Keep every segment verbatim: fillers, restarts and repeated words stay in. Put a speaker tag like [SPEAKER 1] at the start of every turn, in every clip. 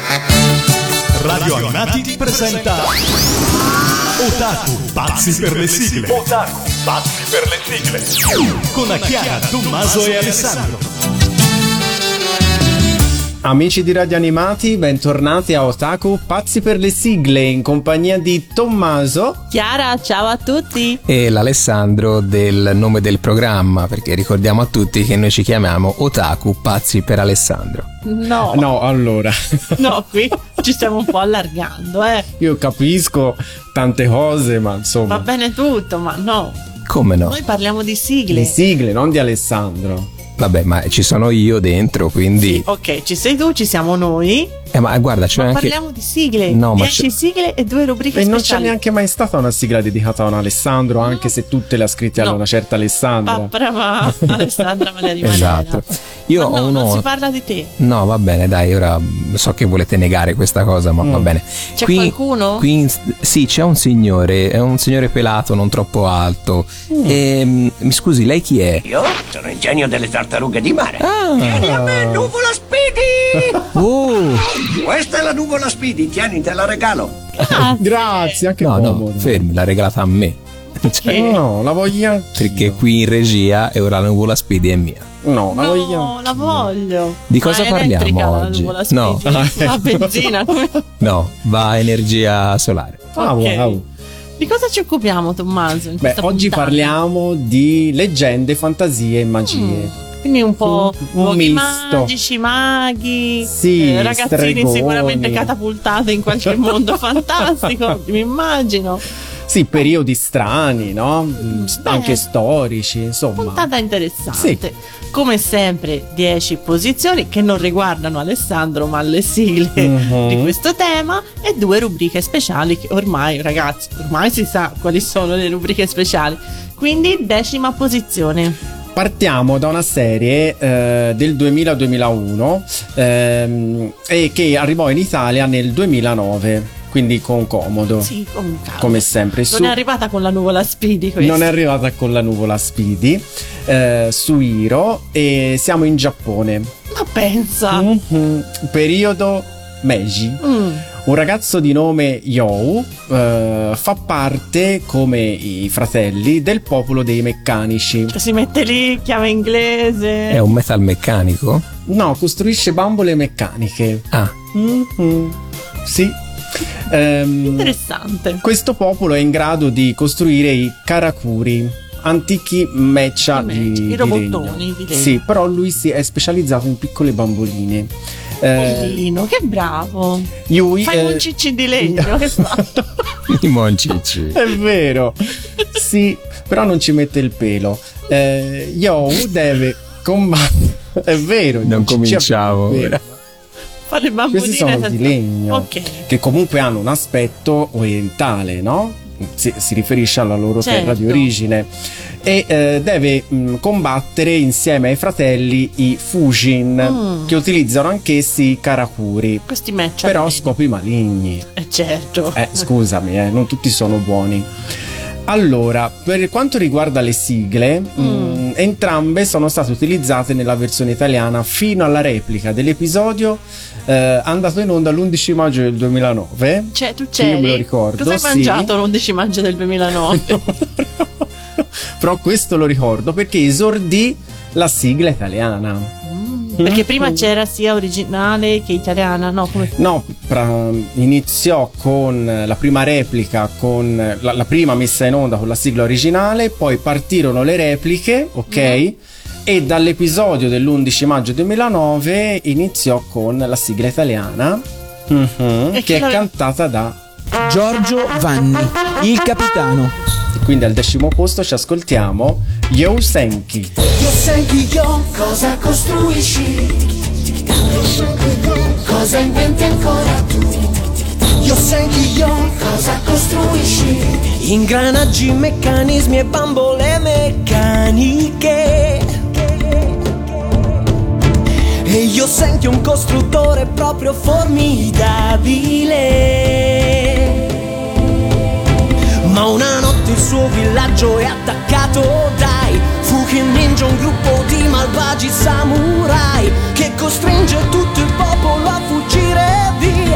[SPEAKER 1] Radio Animati presenta Otaku, pazzi per le sigle. Otaku, pazzi per le sigle. Con Chiara, Tommaso e Alessandro.
[SPEAKER 2] Amici di Radio Animati, bentornati a Otaku, pazzi per le sigle, in compagnia di Tommaso,
[SPEAKER 3] Chiara, ciao a tutti,
[SPEAKER 4] e l'Alessandro del nome del programma, perché ricordiamo a tutti che noi ci chiamiamo Otaku, pazzi per Alessandro.
[SPEAKER 3] No,
[SPEAKER 2] no, allora
[SPEAKER 3] no, qui ci stiamo un po' allargando, eh.
[SPEAKER 2] Io capisco tante cose, ma insomma
[SPEAKER 3] va bene tutto, ma no.
[SPEAKER 4] Come no?
[SPEAKER 3] Noi parliamo di sigle.
[SPEAKER 2] Le sigle, non di Alessandro.
[SPEAKER 4] Vabbè, ma ci sono io dentro, quindi
[SPEAKER 3] sì, ok, ci sei tu, ci siamo noi.
[SPEAKER 4] Eh, ma guarda, c'è
[SPEAKER 3] ma
[SPEAKER 4] anche...
[SPEAKER 3] parliamo di sigle,
[SPEAKER 4] no,
[SPEAKER 3] dieci
[SPEAKER 4] c'è...
[SPEAKER 3] sigle e due rubriche
[SPEAKER 2] e
[SPEAKER 3] speciali.
[SPEAKER 2] non c'è neanche mai stata una sigla dedicata a un Alessandro, anche
[SPEAKER 3] no.
[SPEAKER 2] se tutte le ha scritte
[SPEAKER 3] no.
[SPEAKER 2] a una certa Alessandra.
[SPEAKER 3] Ah, brava, Alessandra Maria di
[SPEAKER 4] Esatto. Io
[SPEAKER 3] ma no,
[SPEAKER 4] ho uno...
[SPEAKER 3] non si parla di te.
[SPEAKER 4] No, va bene, dai, ora so che volete negare questa cosa, ma mm. va bene.
[SPEAKER 3] C'è
[SPEAKER 4] qui,
[SPEAKER 3] qualcuno?
[SPEAKER 4] Qui, sì, c'è un signore, è un signore pelato, non troppo alto. Mm. E, mi scusi, lei chi è?
[SPEAKER 5] Io sono il genio delle tartarughe di mare.
[SPEAKER 4] Ah.
[SPEAKER 5] Vieni a me, nuvola Speedy!
[SPEAKER 4] Oh.
[SPEAKER 5] Questa è la nuvola Speedy, tieni, te la regalo.
[SPEAKER 3] Grazie,
[SPEAKER 2] Grazie, anche
[SPEAKER 4] no,
[SPEAKER 2] comodo.
[SPEAKER 4] no, fermi, l'ha regalata a me.
[SPEAKER 2] Cioè, no, la voglio anch'io.
[SPEAKER 4] Perché qui in regia e ora la nuvola Speedy è mia.
[SPEAKER 2] No, la
[SPEAKER 3] no,
[SPEAKER 2] voglio.
[SPEAKER 3] la voglio.
[SPEAKER 4] Di cosa
[SPEAKER 3] ma
[SPEAKER 4] parliamo oggi?
[SPEAKER 3] No,
[SPEAKER 4] no,
[SPEAKER 3] la benzina. Come...
[SPEAKER 4] no, va a energia solare.
[SPEAKER 2] Ah,
[SPEAKER 3] okay.
[SPEAKER 2] wow.
[SPEAKER 3] Di cosa ci occupiamo, Tommaso? In
[SPEAKER 2] Beh, oggi
[SPEAKER 3] puntata?
[SPEAKER 2] parliamo di leggende, fantasie e magie.
[SPEAKER 3] Mm. Quindi un po'
[SPEAKER 2] un, un
[SPEAKER 3] luoghi
[SPEAKER 2] misto.
[SPEAKER 3] magici, maghi,
[SPEAKER 2] sì,
[SPEAKER 3] eh, ragazzini
[SPEAKER 2] stregoni.
[SPEAKER 3] Sicuramente catapultati in qualche mondo fantastico, mi immagino.
[SPEAKER 2] Sì, periodi strani, no? Beh, anche storici, insomma.
[SPEAKER 3] Puntata interessante.
[SPEAKER 2] Sì.
[SPEAKER 3] Come sempre, dieci posizioni che non riguardano Alessandro, ma le sigle
[SPEAKER 2] uh-huh.
[SPEAKER 3] di questo tema, e due rubriche speciali che ormai, ragazzi, ormai si sa quali sono le rubriche speciali. Quindi, decima posizione.
[SPEAKER 2] Partiamo da una serie eh, del duemila duemilauno ehm, e che arrivò in Italia nel duemilanove, quindi con comodo.
[SPEAKER 3] Sì, con calma.
[SPEAKER 2] Come sempre.
[SPEAKER 3] Non
[SPEAKER 2] su...
[SPEAKER 3] è arrivata con la nuvola Speedy questa.
[SPEAKER 2] Non è arrivata con la nuvola Speedy eh, su Hiro, e siamo in Giappone.
[SPEAKER 3] Ma pensa.
[SPEAKER 2] Mm-hmm. Periodo Meiji.
[SPEAKER 3] Mm.
[SPEAKER 2] Un ragazzo di nome You eh, fa parte, come i fratelli, del popolo dei meccanici.
[SPEAKER 3] Cioè, si mette lì, chiave inglese.
[SPEAKER 4] È un metalmeccanico?
[SPEAKER 2] No, costruisce bambole meccaniche.
[SPEAKER 4] Ah.
[SPEAKER 2] Mm-hmm. Sì. Um,
[SPEAKER 3] Interessante.
[SPEAKER 2] Questo popolo è in grado di costruire i karakuri, antichi mecha
[SPEAKER 3] I,
[SPEAKER 2] di,
[SPEAKER 3] i
[SPEAKER 2] di
[SPEAKER 3] robottoni
[SPEAKER 2] legno.
[SPEAKER 3] di legno.
[SPEAKER 2] Sì, però lui si è specializzato in piccole bamboline.
[SPEAKER 3] Pollino, eh, che bravo.
[SPEAKER 2] Yui,
[SPEAKER 3] Fai
[SPEAKER 2] eh,
[SPEAKER 3] un cicci di legno. Che fatto?
[SPEAKER 4] I moncicci.
[SPEAKER 2] È vero. Sì, però non ci mette il pelo. Eh, Yo deve combattere. È vero.
[SPEAKER 4] Non cominciamo.
[SPEAKER 3] Fare le bamboline.
[SPEAKER 2] Questi sono di legno.
[SPEAKER 3] Ok.
[SPEAKER 2] Che comunque hanno un aspetto orientale, no? Si, si riferisce alla loro
[SPEAKER 3] certo.
[SPEAKER 2] terra di origine. E eh, deve mh, combattere insieme ai fratelli i Fujin, mm. che utilizzano anch'essi i karakuri.
[SPEAKER 3] Questi match
[SPEAKER 2] però
[SPEAKER 3] a
[SPEAKER 2] scopi maligni.
[SPEAKER 3] Eh certo.
[SPEAKER 2] Eh, scusami, eh, non tutti sono buoni. Allora, per quanto riguarda le sigle, mm. mh, entrambe sono state utilizzate nella versione italiana fino alla replica dell'episodio eh, andato in onda l'undici maggio del duemilanove.
[SPEAKER 3] Cioè, tu c'eri?
[SPEAKER 2] Io me lo ricordo.
[SPEAKER 3] Cosa hai
[SPEAKER 2] sì.
[SPEAKER 3] mangiato l'undici maggio del duemilanove?
[SPEAKER 2] Però questo lo ricordo perché esordì la sigla italiana.
[SPEAKER 3] Mm, perché prima c'era sia originale che italiana, no? Come...
[SPEAKER 2] No, pra, iniziò con la prima replica, con la, la prima messa in onda con la sigla originale, poi partirono le repliche, ok? Mm. E dall'episodio dell'undici maggio duemilanove iniziò con la sigla italiana, mm-hmm, che è la... cantata da
[SPEAKER 6] Giorgio Vanni, il capitano.
[SPEAKER 2] E quindi al decimo posto ci ascoltiamo Yo Senki.
[SPEAKER 7] Yo Senki yo, cosa costruisci? Cosa inventi ancora tu? Yo Senki yo, cosa costruisci?
[SPEAKER 6] Ingranaggi, meccanismi e bambole meccaniche. E io senti un costruttore proprio formidabile. Ma una notte il suo villaggio è attaccato dai Fukin Ninja, un gruppo di malvagi samurai che costringe tutto il popolo a fuggire via.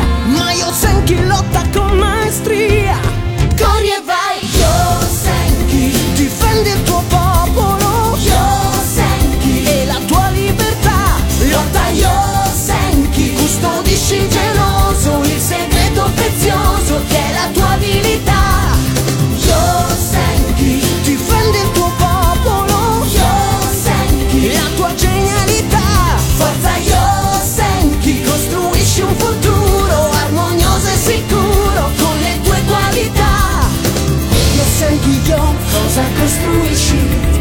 [SPEAKER 7] custodisci geloso il segreto prezioso che è la tua abilità. Yosenki, difendi il tuo popolo. Yosenki, la tua genialità. Forza Yosenki, costruisci un futuro armonioso e sicuro con le tue qualità. Yosenki, yo, cosa costruisci?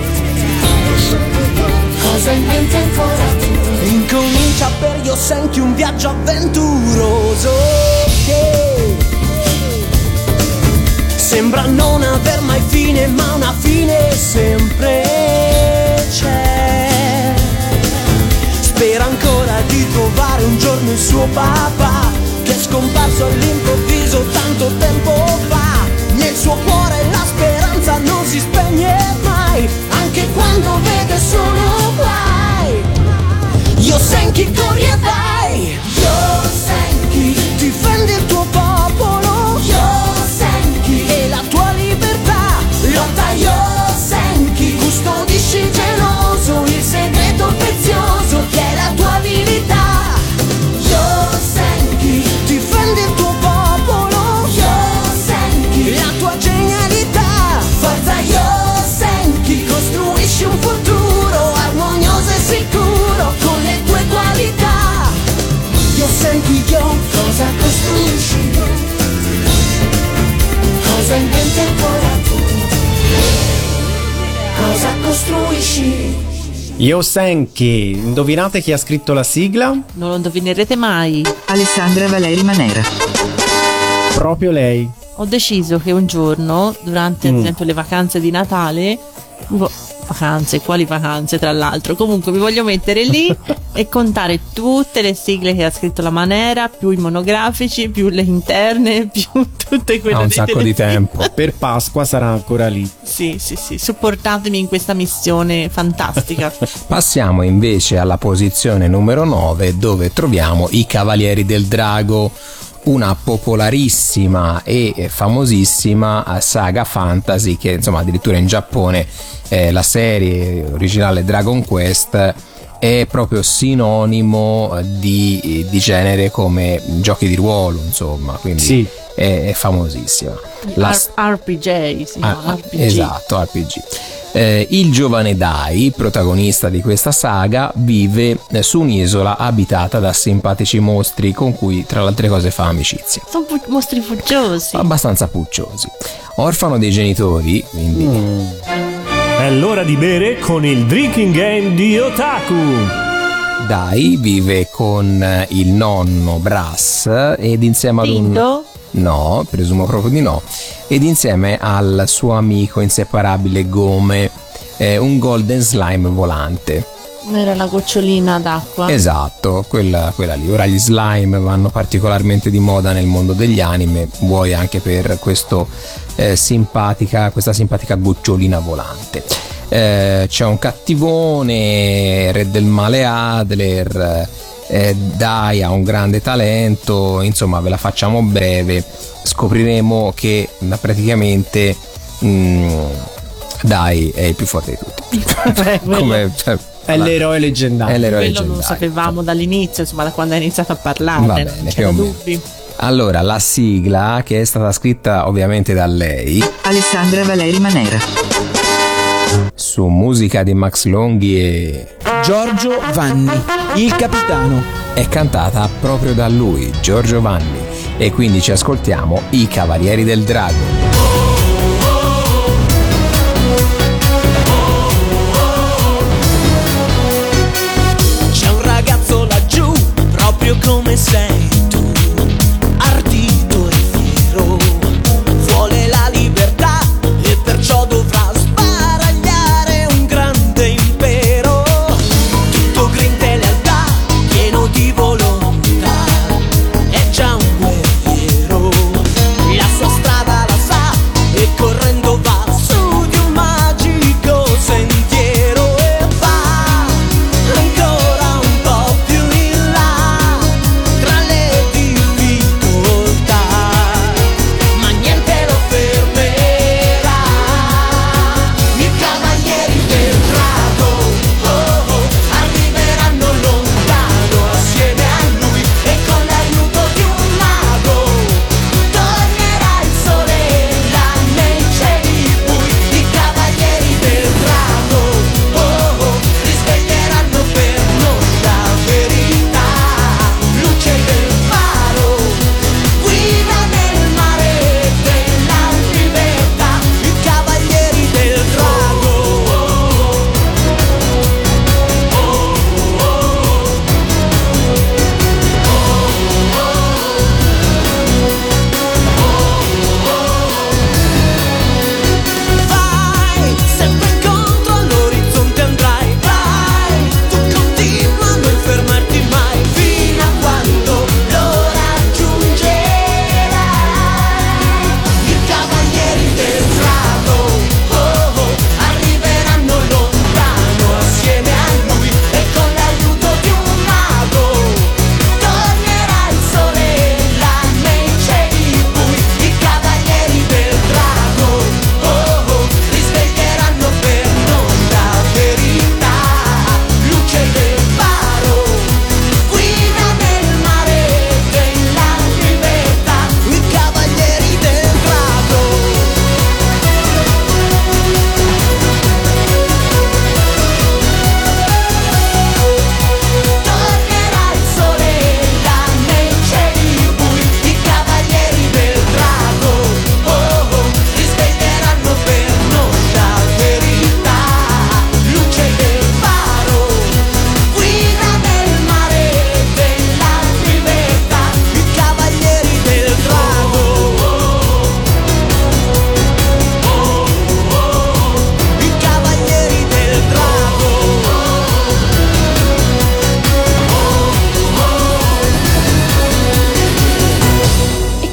[SPEAKER 7] Cosa inventi ancora tu?
[SPEAKER 6] Incomincia per Yosenki un viaggio avventuroso che sembra non aver mai fine, ma una fine sempre c'è. Spera ancora di trovare un giorno il suo papà, che è scomparso all'improvviso tanto tempo fa. Nel suo cuore la speranza non si spegne mai, anche quando vede solo guai. Yosenki, corri e vai. Yosenki, difendi il tuo popolo. Yosenki, e la tua libertà. Lotta Yosenki, custodisci geloso il segreto prezioso che è la tua abilità. Yosenki, difendi il tuo popolo. Yosenki, la tua genialità. Forza Yosenki, costruisci un futuro armonioso e sicuro con le tue qualità. Yosenki, yo, cosa costruisci? Cosa inventi ancora tu? Cosa costruisci?
[SPEAKER 2] Yosenki, indovinate chi ha scritto la sigla?
[SPEAKER 3] Non lo indovinerete mai.
[SPEAKER 8] Alessandra Valeri Manera.
[SPEAKER 2] Proprio lei.
[SPEAKER 3] Ho deciso che un giorno, durante ad
[SPEAKER 2] Mm.
[SPEAKER 3] esempio le vacanze di Natale, mi vo- vacanze, quali vacanze tra l'altro, comunque mi voglio mettere lì e contare tutte le sigle che ha scritto la Manera, più i monografici, più le interne, più tutte quelle
[SPEAKER 4] Ha un
[SPEAKER 3] dei
[SPEAKER 4] sacco di
[SPEAKER 3] telefilm.
[SPEAKER 4] tempo.
[SPEAKER 2] Per Pasqua sarà ancora lì.
[SPEAKER 3] Sì, sì, sì, supportatemi in questa missione fantastica.
[SPEAKER 4] Passiamo invece alla posizione numero nove, dove troviamo I Cavalieri del Drago, una popolarissima e famosissima saga fantasy che insomma addirittura in Giappone eh, la serie originale Dragon Quest è proprio sinonimo di, di genere come giochi di ruolo, insomma, quindi
[SPEAKER 2] Sì.
[SPEAKER 4] è, è famosissima. La
[SPEAKER 3] R- RPG, sì,
[SPEAKER 4] Ah,
[SPEAKER 3] no, R P G.
[SPEAKER 4] esatto, R P G. Eh, il giovane Dai, protagonista di questa saga, vive eh, su un'isola abitata da simpatici mostri con cui, tra le altre cose, fa amicizia.
[SPEAKER 3] Sono pu- mostri fuggiosi.
[SPEAKER 4] Abbastanza pucciosi. Orfano dei genitori, quindi
[SPEAKER 1] È l'ora di bere con il drinking game di Otaku.
[SPEAKER 4] Dai vive con eh, il nonno Brass ed insieme ad un...
[SPEAKER 3] Tindo?
[SPEAKER 4] No, presumo proprio di no. Ed insieme al suo amico inseparabile Gome, eh, un golden slime volante.
[SPEAKER 3] Era la gocciolina d'acqua.
[SPEAKER 4] Esatto, quella, quella lì. Ora gli slime vanno particolarmente di moda nel mondo degli anime, vuoi anche per questo, eh, simpatica, questa simpatica gocciolina volante. Eh, c'è un cattivone, re del male Adler, eh, Dai ha un grande talento, insomma ve la facciamo breve, scopriremo che ma, praticamente mh, Dai è il più forte di tutti.
[SPEAKER 3] Beh, quello-
[SPEAKER 4] Come, cioè,
[SPEAKER 2] È
[SPEAKER 4] la-
[SPEAKER 2] l'eroe leggendario.
[SPEAKER 4] è l'eroe
[SPEAKER 3] Quello non lo
[SPEAKER 4] leggendario.
[SPEAKER 3] sapevamo dall'inizio, insomma, da quando ha iniziato a parlare.
[SPEAKER 4] Va
[SPEAKER 3] non
[SPEAKER 4] bene,
[SPEAKER 3] c'era
[SPEAKER 4] più o meno.
[SPEAKER 3] dubbi.
[SPEAKER 4] Allora, la sigla, che è stata scritta ovviamente da lei,
[SPEAKER 8] Alessandra Valeri Manera.
[SPEAKER 4] su musica di Max Longhi e
[SPEAKER 9] Giorgio Vanni, il capitano.
[SPEAKER 4] è cantata proprio da lui, Giorgio Vanni. E quindi ci ascoltiamo I Cavalieri del Drago.
[SPEAKER 6] C'è un ragazzo laggiù, proprio come sei tu, ardito e fiero, vuole la libertà e perciò dovrà sbaragliare un grande impero. Tutto grinta e lealtà, pieno di volontà, è già un guerriero, la sua strada la sa e correndo va su di un magico sentiero e va ancora un po' più in là, tra le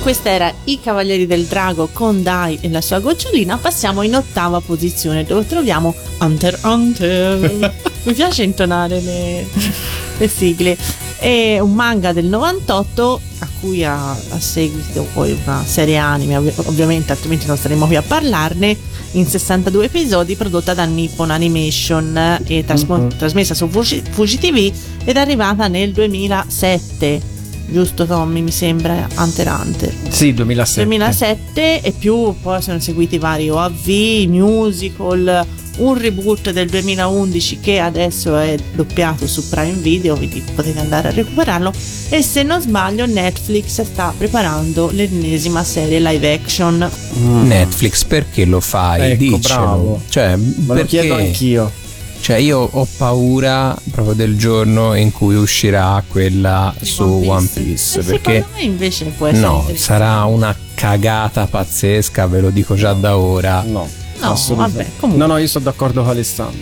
[SPEAKER 3] questa era I Cavalieri del Drago con Dai e la sua gocciolina. Passiamo in ottava posizione, dove troviamo Hunter x Hunter. Mi piace intonare le, le sigle. È un manga del novantotto a cui ha, ha seguito poi una serie anime, ov- ovviamente, altrimenti non saremmo qui a parlarne, in sessantadue episodi, prodotta da Nippon Animation e trasmo- mm-hmm. trasmessa su Fuji, Fuji T V, ed è arrivata nel duemilasette, giusto Tommy? Mi sembra Hunter x Hunter.
[SPEAKER 2] Sì, duemilasette.
[SPEAKER 3] duemilasette e più, poi sono seguiti vari O A V, musical, un reboot del duemilaundici che adesso è doppiato su Prime Video, quindi potete andare a recuperarlo. E se non sbaglio Netflix sta preparando l'ennesima serie live action.
[SPEAKER 4] mm. Netflix, perché lo fai?
[SPEAKER 2] Ecco,
[SPEAKER 4] Dicelo.
[SPEAKER 2] bravo.
[SPEAKER 4] Cioè,
[SPEAKER 2] me lo chiedo anch'io.
[SPEAKER 4] Cioè, io ho paura proprio del giorno in cui uscirà quella
[SPEAKER 3] Di
[SPEAKER 4] su
[SPEAKER 3] One Piece.
[SPEAKER 4] One Piece,
[SPEAKER 3] E
[SPEAKER 4] perché
[SPEAKER 3] secondo me invece può essere
[SPEAKER 4] no,
[SPEAKER 3] interessante.
[SPEAKER 4] sarà una cagata pazzesca, ve lo dico già da ora.
[SPEAKER 2] No,
[SPEAKER 3] No,
[SPEAKER 2] assolutamente.
[SPEAKER 3] vabbè, comunque.
[SPEAKER 2] No, no, io sono d'accordo con Alessandro.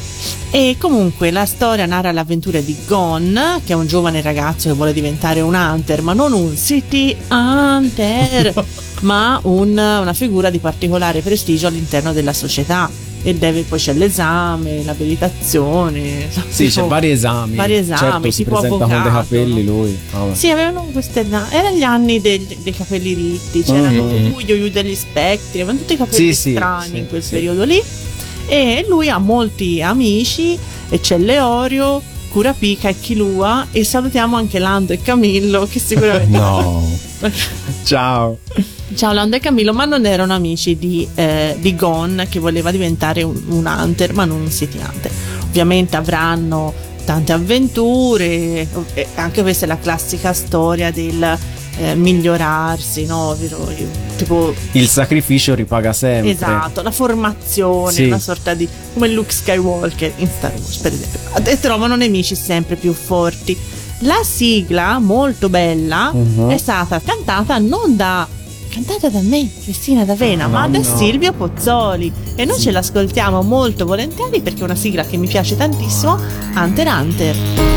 [SPEAKER 3] E comunque la storia narra le avventure di Gon, che è un giovane ragazzo che vuole diventare un hunter, ma non un city hunter, ma un, una figura di particolare prestigio all'interno della società. E deve, poi c'è l'esame, l'abilitazione.
[SPEAKER 2] Sì,
[SPEAKER 3] tipo,
[SPEAKER 2] c'è vari esami.
[SPEAKER 3] Vari esami,
[SPEAKER 2] certo, si
[SPEAKER 3] tipo
[SPEAKER 2] presenta
[SPEAKER 3] avvocato,
[SPEAKER 2] con dei capelli
[SPEAKER 3] no?
[SPEAKER 2] lui. Vabbè.
[SPEAKER 3] Sì, avevano queste. Erano gli anni del- dei capelli ritti, c'erano
[SPEAKER 2] Mm-hmm.
[SPEAKER 3] lui, io degli spettri, avevano tutti i capelli
[SPEAKER 2] Sì, sì,
[SPEAKER 3] strani
[SPEAKER 2] sì,
[SPEAKER 3] in quel
[SPEAKER 2] sì.
[SPEAKER 3] periodo lì. E lui ha molti amici, e c'è Leorio, Kurapika e Killua, e salutiamo anche Lando e Camillo, che sicuramente.
[SPEAKER 4] No.
[SPEAKER 2] Ciao.
[SPEAKER 3] Ciao Lando e Camillo, ma non erano amici di, eh, di Gon, che voleva diventare un, un hunter, ma non un city hunter. Ovviamente avranno tante avventure, e anche questa è la classica storia del eh, migliorarsi, no? Vero? Tipo,
[SPEAKER 2] Il sacrificio ripaga sempre.
[SPEAKER 3] esatto, la formazione,
[SPEAKER 2] Sì.
[SPEAKER 3] una sorta di, come Luke Skywalker in Star Wars, per esempio, e trovano nemici sempre più forti. La sigla, molto bella,
[SPEAKER 2] Mhm.
[SPEAKER 3] è stata cantata non da cantata da me, Cristina D'Avena, ma da
[SPEAKER 2] no.
[SPEAKER 3] Silvio Pozzoli, e noi ce l'ascoltiamo molto volentieri perché è una sigla che mi piace tantissimo, Hunter x Hunter.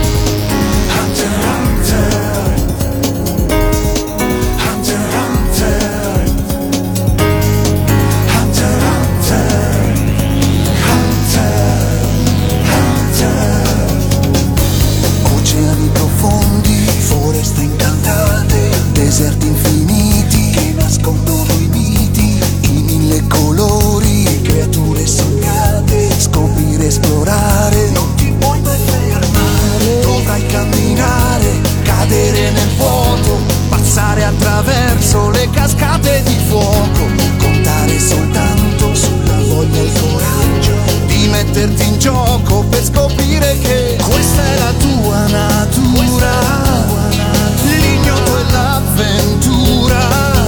[SPEAKER 6] Oceani profondi, foreste incantate, deserti infiniti che nascondono i miti, i mille colori, creature sognate, scoprire, esplorare, non ti puoi mai fermare, dovrai camminare, cadere nel vuoto, passare attraverso le cascate di fuoco, contare soltanto sulla voglia e il coraggio di metterti in gioco per scoprire che questa è la tua natura, l'ignoto e l'avventura.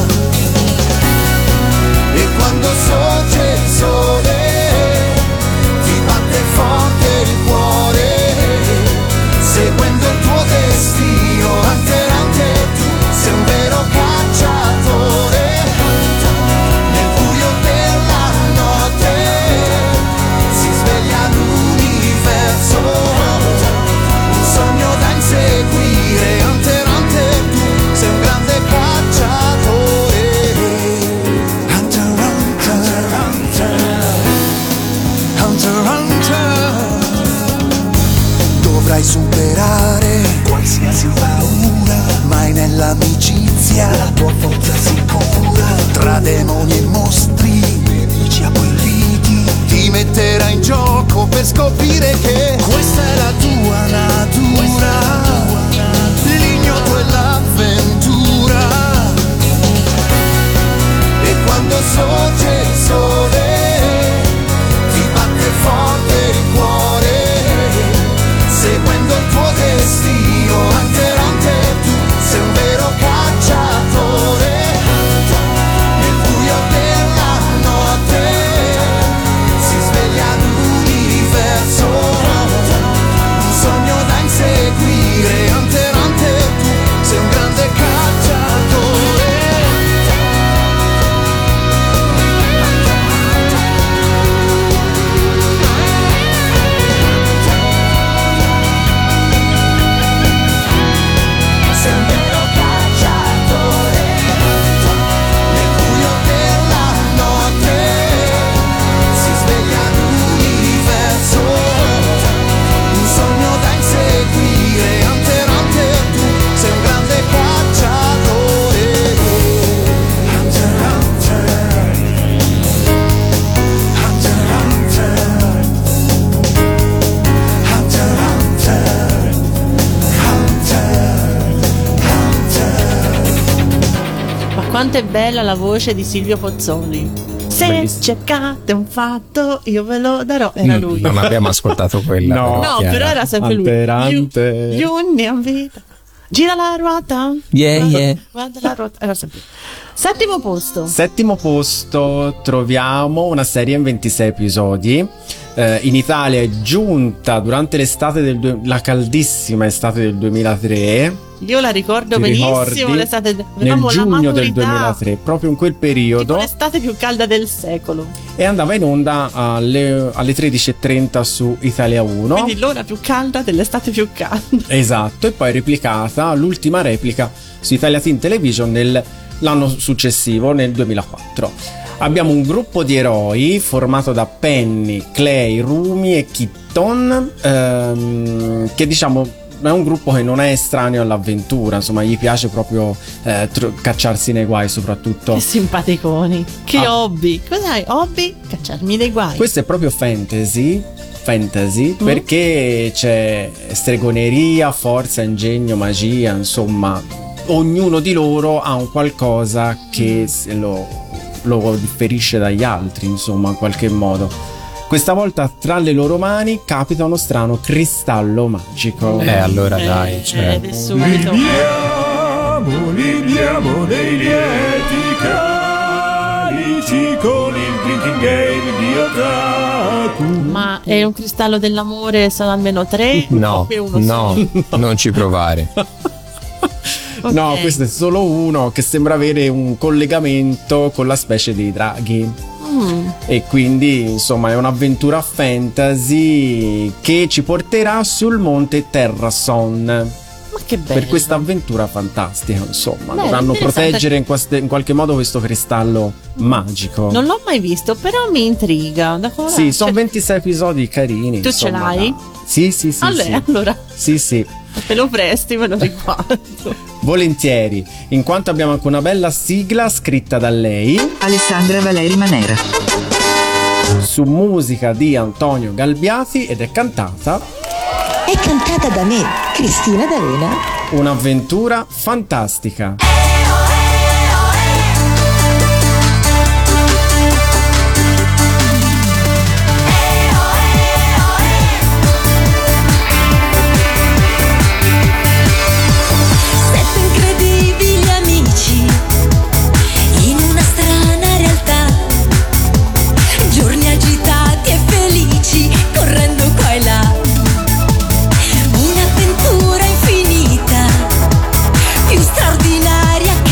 [SPEAKER 6] E quando sorge il sole ti batte forte il cuore, seguendo il tuo destino, Hunter x Hunter, tu sei un vero cacciatore. Nel buio della notte si sveglia l'universo, un sogno da inseguire, Hunter x Hunter, tu sei un grande cacciatore. Hunter x Hunter, Hunter x Hunter, dovrai superare qualsiasi paura, mai nell'amicizia la tua forza sicura, tra demoni e mostri, nemici aguerriti, ti metterai in gioco per scoprire che questa è la tua natura, l'ignoto e l'avventura. E quando sorge il sole ti batte forte il cuore, seguendo il tuo destino, Hunter x Hunter, tu sei un vero cacciatore. Nel buio della notte si sveglia l'universo, un sogno da inseguire,
[SPEAKER 3] Quanto è bella la voce di Silvio Pozzoli. Se
[SPEAKER 2] Bellissimo.
[SPEAKER 3] cercate un fatto, io ve lo darò. Era
[SPEAKER 4] Mm,
[SPEAKER 3] lui.
[SPEAKER 4] Non abbiamo ascoltato quella.
[SPEAKER 2] No.
[SPEAKER 3] No,
[SPEAKER 4] Chiara.
[SPEAKER 3] però era sempre lui.
[SPEAKER 2] Alterante.
[SPEAKER 3] Gli uni a vita. Gira la ruota.
[SPEAKER 4] Yeah,
[SPEAKER 3] guarda,
[SPEAKER 4] yeah.
[SPEAKER 3] guarda la ruota. Era sempre lui. Settimo posto.
[SPEAKER 2] Settimo posto troviamo una serie in ventisei episodi. Eh, in Italia è giunta durante l'estate del due- la caldissima estate del duemilatré.
[SPEAKER 3] Io la ricordo
[SPEAKER 2] Ti
[SPEAKER 3] benissimo.
[SPEAKER 2] ricordi?
[SPEAKER 3] L'estate
[SPEAKER 2] Nel
[SPEAKER 3] avevamo la
[SPEAKER 2] giugno del
[SPEAKER 3] maturità.
[SPEAKER 2] duemilatré, proprio in quel
[SPEAKER 3] Tipo
[SPEAKER 2] periodo,
[SPEAKER 3] l'estate più calda del secolo.
[SPEAKER 2] e andava in onda alle, alle tredici e trenta su Italia uno.
[SPEAKER 3] Quindi l'ora più calda dell'estate più calda.
[SPEAKER 2] Esatto, e poi replicata l'ultima replica su Italia Teen Television nel- l'anno successivo, nel duemilaquattro. Abbiamo un gruppo di eroi formato da Penny, Clay, Rumi e Kitton, ehm, che diciamo è un gruppo che non è estraneo all'avventura, insomma gli piace proprio eh, tro- cacciarsi nei guai soprattutto.
[SPEAKER 3] Che simpaticoni. Che
[SPEAKER 2] Ah.
[SPEAKER 3] hobby. Cos'hai? Hobby? Cacciarmi dei guai.
[SPEAKER 2] Questo è proprio fantasy, fantasy
[SPEAKER 3] Mm.
[SPEAKER 2] perché c'è stregoneria, forza, ingegno, magia, insomma ognuno di loro ha un qualcosa che se lo, lo differisce dagli altri, insomma in qualche modo. Questa volta tra le loro mani capita uno strano cristallo magico.
[SPEAKER 4] Eh, allora
[SPEAKER 3] Eh,
[SPEAKER 4] dai, cioè.
[SPEAKER 3] ed è subito.
[SPEAKER 1] Liviamo, liviamo dei lieti carici con il drinking game di Otaku.
[SPEAKER 3] Ma è un cristallo dell'amore? Sono almeno tre?
[SPEAKER 4] No,
[SPEAKER 3] O più uno
[SPEAKER 4] no,
[SPEAKER 3] solo?
[SPEAKER 4] non ci provare.
[SPEAKER 3] Ok.
[SPEAKER 2] No, questo è solo uno che sembra avere un collegamento con la specie dei draghi.
[SPEAKER 3] Mm.
[SPEAKER 2] E quindi insomma è un'avventura fantasy che ci porterà sul monte Terrason
[SPEAKER 3] Ma che bello.
[SPEAKER 2] per questa avventura fantastica, insomma
[SPEAKER 3] Bello,
[SPEAKER 2] dovranno
[SPEAKER 3] interessante.
[SPEAKER 2] proteggere in, queste- in qualche modo questo cristallo magico.
[SPEAKER 3] Non l'ho mai visto, però mi intriga. Da come-
[SPEAKER 2] Sì, sono
[SPEAKER 3] cioè,
[SPEAKER 2] ventisei episodi carini.
[SPEAKER 3] Tu ce
[SPEAKER 2] insomma,
[SPEAKER 3] l'hai?
[SPEAKER 2] dai. Sì, sì, sì,
[SPEAKER 3] allora,
[SPEAKER 2] sì.
[SPEAKER 3] allora
[SPEAKER 2] Sì, sì,
[SPEAKER 3] me lo presti, me lo riguardo.
[SPEAKER 2] volentieri, in quanto abbiamo anche una bella sigla scritta da lei
[SPEAKER 8] Alessandra Valeri Manera.
[SPEAKER 2] su musica di Antonio Galbiati ed è cantata
[SPEAKER 10] È cantata da me, Cristina D'Avena.
[SPEAKER 2] Un'avventura fantastica.
[SPEAKER 7] Sette incredibili amici in una strana realtà, giorni agitati e felici correndo qua e là, un'avventura infinita, più straordinaria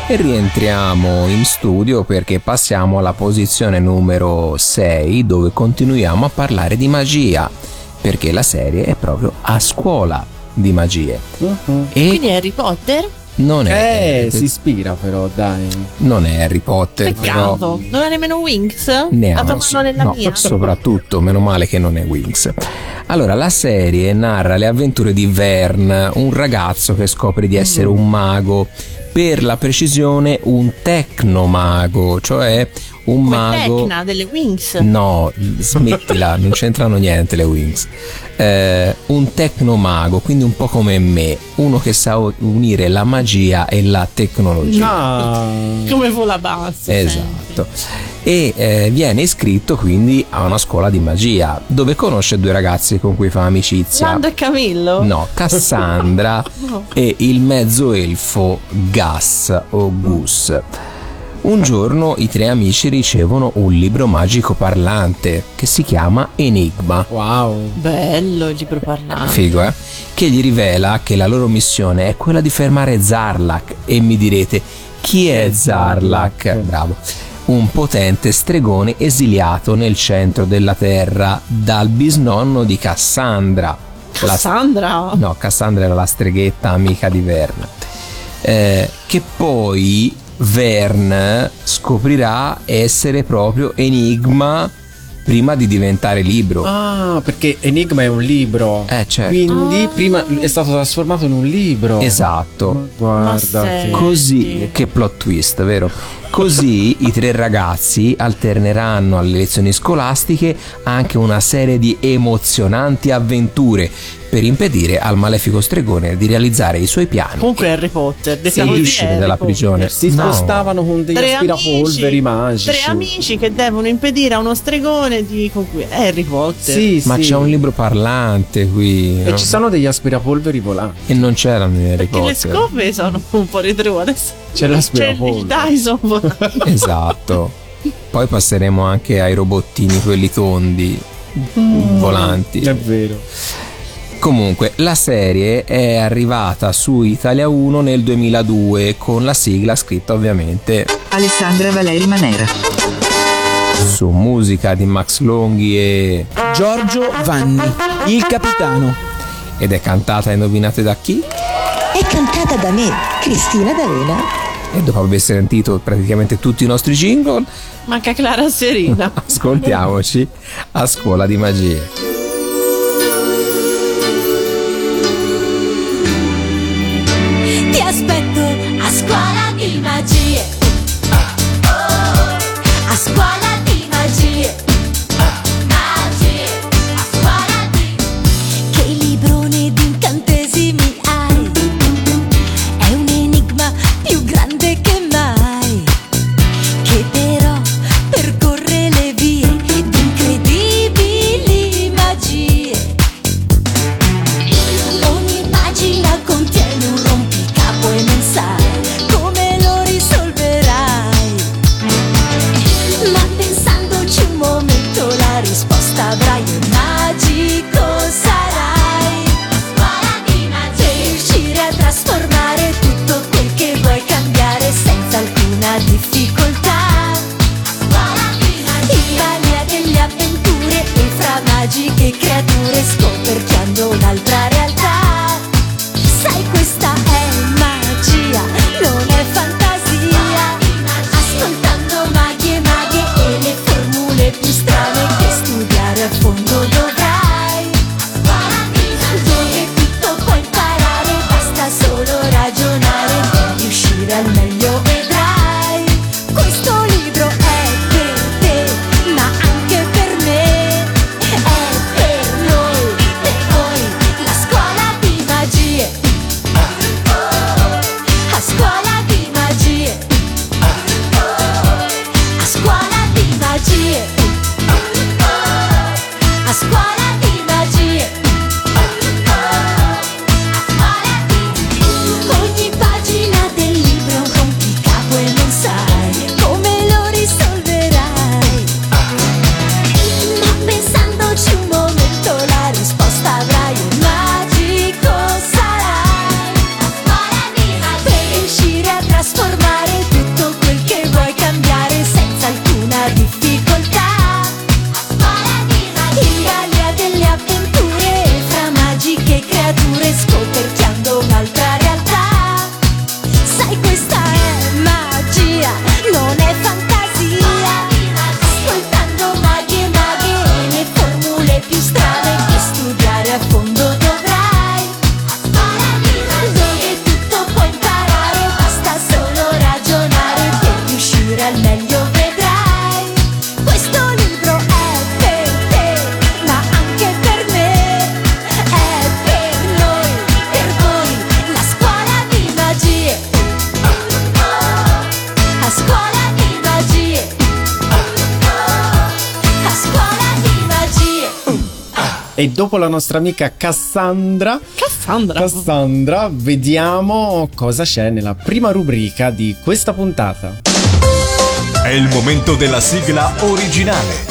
[SPEAKER 4] E rientriamo in studio perché passiamo alla posizione numero sei, dove continuiamo a parlare di magia, perché la serie è proprio A scuola di magie.
[SPEAKER 2] Uh-huh.
[SPEAKER 4] E
[SPEAKER 3] Quindi Harry Potter?
[SPEAKER 4] non è
[SPEAKER 2] Eh, si ispira però, dai.
[SPEAKER 4] non è Harry Potter, però
[SPEAKER 3] Peccato. Non ha nemmeno Wings?
[SPEAKER 4] ne
[SPEAKER 3] La
[SPEAKER 4] ha
[SPEAKER 3] trovano nella
[SPEAKER 4] no,
[SPEAKER 3] mia.
[SPEAKER 4] soprattutto meno male che non è Wings. Allora, la serie narra le avventure di Vern, un ragazzo che scopre di essere un mago, per la precisione un tecnomago, cioè un
[SPEAKER 3] Come
[SPEAKER 4] mago.
[SPEAKER 3] Tecna delle Wings.
[SPEAKER 4] No, smettila, non c'entrano niente le Wings. Eh, un tecnomago, quindi un po' come me, uno che sa unire la magia e la tecnologia.
[SPEAKER 2] Ah.
[SPEAKER 3] Come vola basso.
[SPEAKER 4] Esatto. E eh, viene iscritto quindi a una scuola di magia, dove conosce due ragazzi con cui fa amicizia.
[SPEAKER 3] Nando e Camillo?
[SPEAKER 4] No, Cassandra
[SPEAKER 3] No.
[SPEAKER 4] e il mezzo elfo Gus o Gus. Un giorno i tre amici ricevono un libro magico parlante che si chiama Enigma.
[SPEAKER 2] Wow.
[SPEAKER 3] Bello il libro parlante.
[SPEAKER 4] Figo, eh? Che gli rivela che la loro missione è quella di fermare Zarlak. E mi direte, chi è Zarlak? Bravo. Un potente stregone esiliato nel centro della terra dal bisnonno di Cassandra. La-
[SPEAKER 3] Cassandra?
[SPEAKER 4] No, Cassandra era la streghetta amica di Vern. Eh, che poi Vern scoprirà essere proprio Enigma prima di diventare libro.
[SPEAKER 2] Ah, perché Enigma è un libro.
[SPEAKER 4] Eh, certo.
[SPEAKER 2] Quindi
[SPEAKER 3] Ah.
[SPEAKER 2] prima è stato trasformato in un libro.
[SPEAKER 4] Esatto.
[SPEAKER 2] Guarda.
[SPEAKER 3] Ma
[SPEAKER 2] che-
[SPEAKER 3] sei-
[SPEAKER 4] Così, che plot twist, vero? Così i tre ragazzi alterneranno alle lezioni scolastiche anche una serie di emozionanti avventure per impedire al malefico stregone di realizzare i suoi piani
[SPEAKER 3] Comunque Harry Potter.
[SPEAKER 4] e
[SPEAKER 3] diciamo
[SPEAKER 4] di
[SPEAKER 3] di
[SPEAKER 4] uscire
[SPEAKER 3] Harry
[SPEAKER 4] dalla
[SPEAKER 3] Potter.
[SPEAKER 4] prigione.
[SPEAKER 2] Si
[SPEAKER 4] No.
[SPEAKER 2] spostavano con degli
[SPEAKER 3] Tre
[SPEAKER 2] aspirapolveri
[SPEAKER 3] amici,
[SPEAKER 2] magici.
[SPEAKER 3] tre amici che devono impedire a uno stregone di conquistare Harry Potter.
[SPEAKER 2] Sì,
[SPEAKER 4] Ma
[SPEAKER 2] sì.
[SPEAKER 4] c'è un libro parlante qui.
[SPEAKER 2] E
[SPEAKER 4] no?
[SPEAKER 2] ci sono degli aspirapolveri volanti.
[SPEAKER 4] E non c'erano in Harry
[SPEAKER 3] Perché le
[SPEAKER 4] Potter.
[SPEAKER 3] scope sono un po' retro adesso.
[SPEAKER 2] C'è
[SPEAKER 3] C'è
[SPEAKER 2] l'aspirapolvere.
[SPEAKER 3] il Dyson volante.
[SPEAKER 4] Esatto. Poi passeremo anche ai robottini, quelli tondi, volanti.
[SPEAKER 2] È vero.
[SPEAKER 4] Comunque, la serie è arrivata su Italia uno nel duemiladue con la sigla scritta ovviamente
[SPEAKER 8] Alessandra Valeri Manera.
[SPEAKER 4] su musica di Max Longhi e...
[SPEAKER 9] Giorgio Vanni, il capitano.
[SPEAKER 4] ed è cantata, indovinate da chi?
[SPEAKER 10] È cantata da me, Cristina D'Avena.
[SPEAKER 4] E dopo aver sentito praticamente tutti i nostri jingle,
[SPEAKER 3] Manca Clara Serina.
[SPEAKER 4] ascoltiamoci A scuola di magie.
[SPEAKER 7] Ti aspetto a scuola di magie. A scuola di magie. Magie. A scuola di. Che librone di incantesimi hai. È un enigma più grande che mai. Che però percorre le vie di incredibili
[SPEAKER 2] E dopo la nostra amica Cassandra
[SPEAKER 3] Cassandra
[SPEAKER 2] Cassandra vediamo cosa c'è nella prima rubrica di questa puntata.
[SPEAKER 1] È il momento della sigla originale.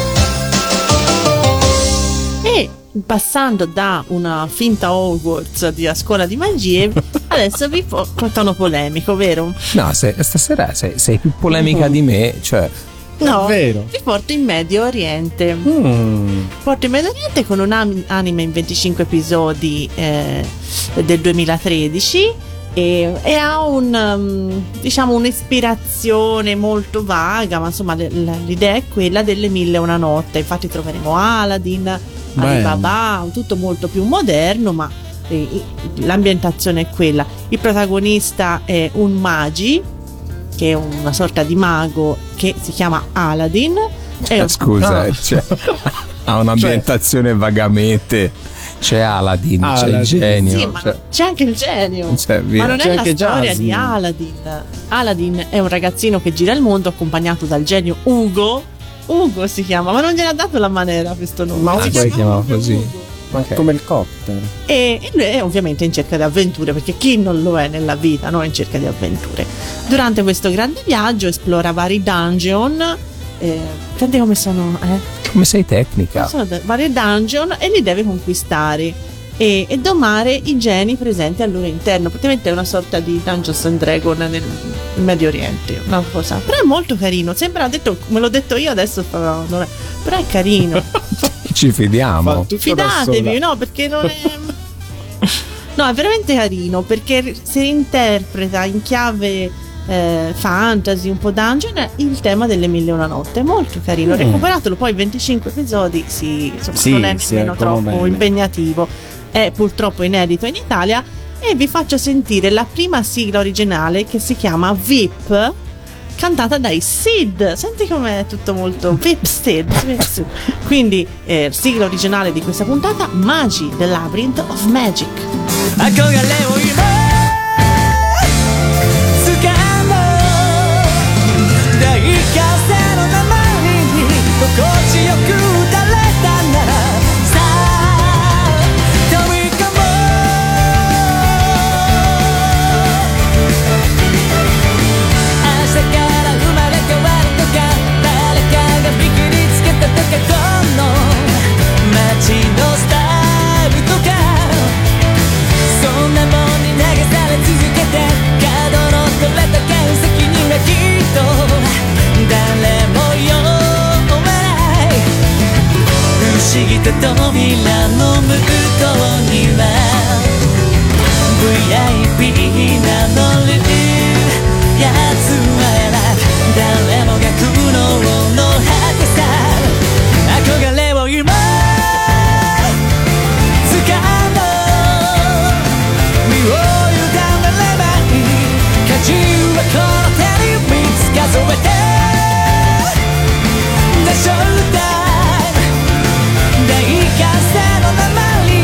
[SPEAKER 3] E passando da una finta Hogwarts di A Scuola di Magie, adesso vi porto uno polemico, vero?
[SPEAKER 4] No, se, stasera sei, sei più polemica di me, cioè.
[SPEAKER 3] No,
[SPEAKER 2] vero.
[SPEAKER 3] vi porto in Medio Oriente.
[SPEAKER 2] Mm.
[SPEAKER 3] Porto in Medio Oriente con un anime in venticinque episodi eh, del duemilatredici e, e ha un um, diciamo un'ispirazione molto vaga, ma insomma l- l- l'idea è quella delle Mille e una notte. Infatti troveremo Aladdin, Alibaba, tutto molto più moderno, ma eh, l'ambientazione è quella. Il protagonista è un magi, che è una sorta di mago che si chiama Aladdin. È un...
[SPEAKER 4] Scusa,
[SPEAKER 3] no.
[SPEAKER 4] cioè, ha un'ambientazione cioè, vagamente. C'è Aladdin, Aladdin, c'è il genio.
[SPEAKER 3] Sì, ma
[SPEAKER 4] cioè,
[SPEAKER 3] c'è anche il genio.
[SPEAKER 4] Cioè,
[SPEAKER 3] ma non
[SPEAKER 2] c'è
[SPEAKER 3] è la
[SPEAKER 2] anche
[SPEAKER 3] storia
[SPEAKER 2] Jasmine.
[SPEAKER 3] di Aladdin. Aladdin è un ragazzino che gira il mondo accompagnato dal genio Ugo. Ugo si chiama, ma non gliel'ha dato la manera questo nome.
[SPEAKER 2] Ma
[SPEAKER 3] si
[SPEAKER 4] poi chiamava così.
[SPEAKER 3] Ugo.
[SPEAKER 4] Okay.
[SPEAKER 2] Come il cocktail.
[SPEAKER 3] E, e lui è ovviamente in cerca di avventure, perché chi non lo è nella vita, no? È in cerca di avventure. Durante questo grande viaggio esplora vari dungeon. Eh, senti come sono, eh?
[SPEAKER 4] Come sei tecnica?
[SPEAKER 3] Sono da- vari dungeon e li deve conquistare e, e domare i geni presenti al loro interno. Praticamente è una sorta di Dungeons and Dragons nel, nel Medio Oriente, una cosa. Però è molto carino. Sembra detto, me l'ho detto io adesso, però, non è, però è carino.
[SPEAKER 4] Ci fidiamo.
[SPEAKER 3] Fidatevi, no, perché non è. No, è veramente carino perché si interpreta in chiave eh, fantasy, un po' dungeon, il tema delle Mille e una notte. È molto carino.
[SPEAKER 2] Mm.
[SPEAKER 3] Recuperatelo, poi venticinque episodi, sì, insomma,
[SPEAKER 2] Sì,
[SPEAKER 3] non è
[SPEAKER 2] sì,
[SPEAKER 3] nemmeno
[SPEAKER 2] è proprio
[SPEAKER 3] troppo
[SPEAKER 2] bene.
[SPEAKER 3] impegnativo. È purtroppo inedito in Italia. E vi faccio sentire la prima sigla originale che si chiama V I P, cantata dai Sid. Senti com'è tutto molto V I P Sid. Quindi eh, sigla originale di questa puntata, Magi, The Labyrinth of Magic.
[SPEAKER 6] Showtime 大歓声の生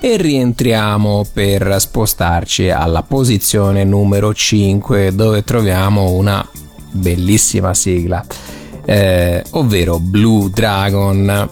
[SPEAKER 4] e rientriamo per spostarci alla posizione numero cinque, dove troviamo una bellissima sigla, eh, ovvero Blue Dragon.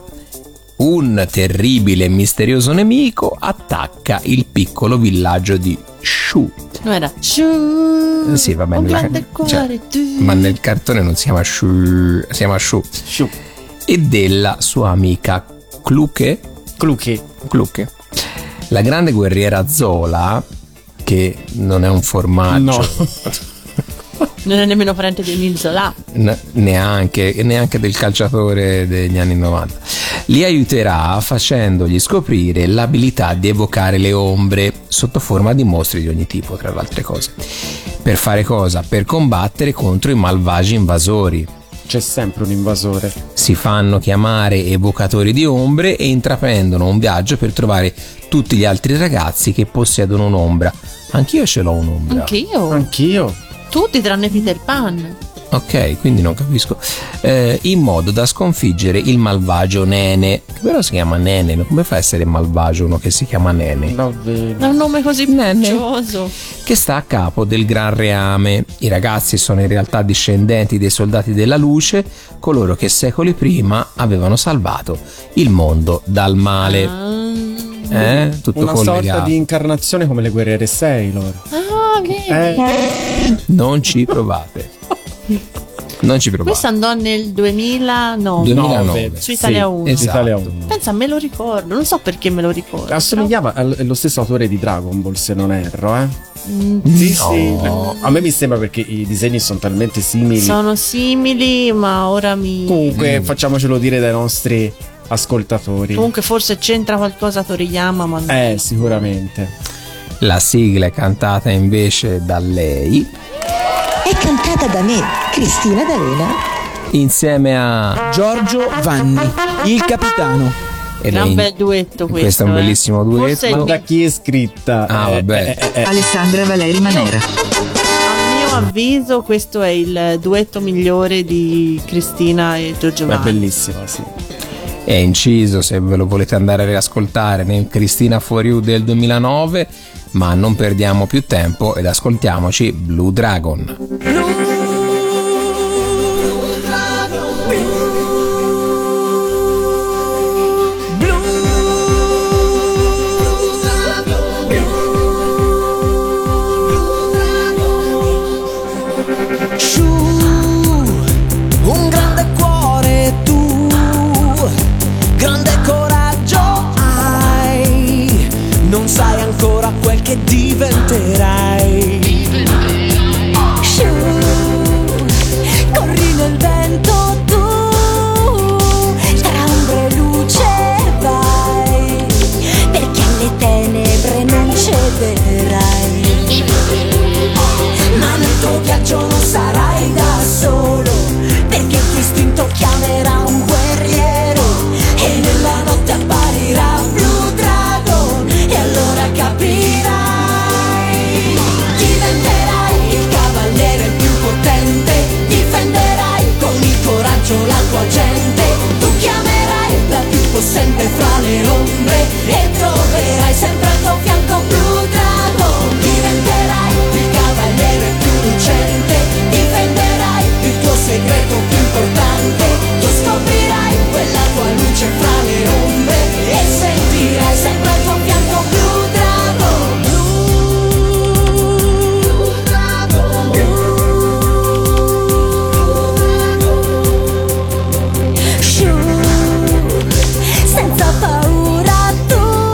[SPEAKER 4] Un terribile e misterioso nemico attacca il piccolo villaggio di Shu.
[SPEAKER 3] Non era Shu.
[SPEAKER 4] Sì, va bene.
[SPEAKER 3] Un grande cuore,
[SPEAKER 4] cioè,
[SPEAKER 3] tu.
[SPEAKER 4] ma nel cartone non si chiama Shu, si chiama Shu.
[SPEAKER 2] Shu.
[SPEAKER 4] E della sua amica Cluke.
[SPEAKER 2] Cluke.
[SPEAKER 4] Cluke. La grande guerriera Zola, che non è un formaggio.
[SPEAKER 2] No.
[SPEAKER 3] Non è nemmeno parente di Emile Zola.
[SPEAKER 4] N- neanche, neanche del calciatore degli anni novanta. Li aiuterà facendogli scoprire l'abilità di evocare le ombre sotto forma di mostri di ogni tipo, tra le altre cose. Per fare cosa? Per combattere contro i malvagi invasori.
[SPEAKER 2] C'è sempre un invasore.
[SPEAKER 4] Si fanno chiamare evocatori di ombre e intraprendono un viaggio per trovare tutti gli altri ragazzi che possiedono un'ombra. Anch'io ce l'ho un'ombra.
[SPEAKER 3] Anch'io.
[SPEAKER 2] Anch'io.
[SPEAKER 3] Tutti tranne Peter Pan.
[SPEAKER 4] Ok, quindi non capisco. Eh, in modo da sconfiggere il malvagio Nene, che però si chiama Nene. Come fa a essere malvagio uno che si chiama Nene?
[SPEAKER 2] Davvero.
[SPEAKER 3] Ha un nome così puccioso.
[SPEAKER 4] Che sta a capo del Gran Reame. I ragazzi sono in realtà discendenti dei soldati della luce, coloro che secoli prima avevano salvato il mondo dal male.
[SPEAKER 3] Ah.
[SPEAKER 4] Eh? Tutto
[SPEAKER 2] Una
[SPEAKER 4] collegato.
[SPEAKER 2] sorta di incarnazione come le guerriere sei loro.
[SPEAKER 3] Ah, vedi.
[SPEAKER 2] Eh.
[SPEAKER 4] Non ci provate. Non ci provate.
[SPEAKER 3] Questo andò nel duemilanove.
[SPEAKER 4] duemilanove.
[SPEAKER 3] Su Italia uno.
[SPEAKER 4] Esatto.
[SPEAKER 2] Italia uno.
[SPEAKER 3] Pensa, me lo ricordo. Non so perché me lo ricordo.
[SPEAKER 2] Assomigliava allo stesso autore di Dragon Ball, se non erro, eh.
[SPEAKER 3] Mm,
[SPEAKER 2] Sì,
[SPEAKER 4] No.
[SPEAKER 2] sì. A me mi sembra perché i disegni sono talmente simili.
[SPEAKER 3] sono simili, ma ora mi.
[SPEAKER 2] Comunque, facciamocelo dire dai nostri ascoltatori.
[SPEAKER 3] Comunque, forse c'entra qualcosa Toriyama, ma non.
[SPEAKER 2] Eh, sicuramente.
[SPEAKER 4] La sigla è cantata invece da lei,
[SPEAKER 10] È cantata da me, Cristina D'Avena.
[SPEAKER 4] insieme a
[SPEAKER 9] Giorgio Vanni, il capitano.
[SPEAKER 4] e
[SPEAKER 3] Gran
[SPEAKER 4] lei-
[SPEAKER 3] bel duetto questo.
[SPEAKER 4] questo è un
[SPEAKER 3] eh.
[SPEAKER 4] bellissimo duetto.
[SPEAKER 3] Forse il
[SPEAKER 2] Ma
[SPEAKER 3] mi-
[SPEAKER 2] da chi è scritta?
[SPEAKER 4] Ah,
[SPEAKER 2] Eh,
[SPEAKER 4] vabbè.
[SPEAKER 2] eh, eh, eh.
[SPEAKER 8] Alessandra Valeri Manera.
[SPEAKER 3] A mio avviso, questo è il duetto migliore di Cristina e Giorgio
[SPEAKER 2] Beh, è
[SPEAKER 3] Vanni.
[SPEAKER 2] bellissima, sì.
[SPEAKER 4] È inciso, se ve lo volete andare a riascoltare, nel Cristina For You del duemilanove, ma non perdiamo più tempo ed ascoltiamoci Blue Dragon.
[SPEAKER 6] Shu, un grande cuore tu, grande coraggio hai, non sai ancora quel che diventerai.
[SPEAKER 7] Shu, corri nel vento tu, tra ombre e luce vai, perché alle tenebre non cederai. Ma nel tuo viaggio non sarai da solo, perché il tuo istinto chiamerà un guerriero e nella notte apparirà Blue Dragon e allora capirai. Diventerai il cavaliere più potente, difenderai con il coraggio la tua gente. Tu chiamerai la più possente fra le ombre e troverai sempre al tuo fianco Blue Dragon. Diventerai il cavaliere più lucente, difenderai il tuo segreto più importante. Tu scoprirai quella tua luce fra le ombre e sentirai sempre al tuo fianco Blue Dragon. Blue Dragon. Shu, senza paura tu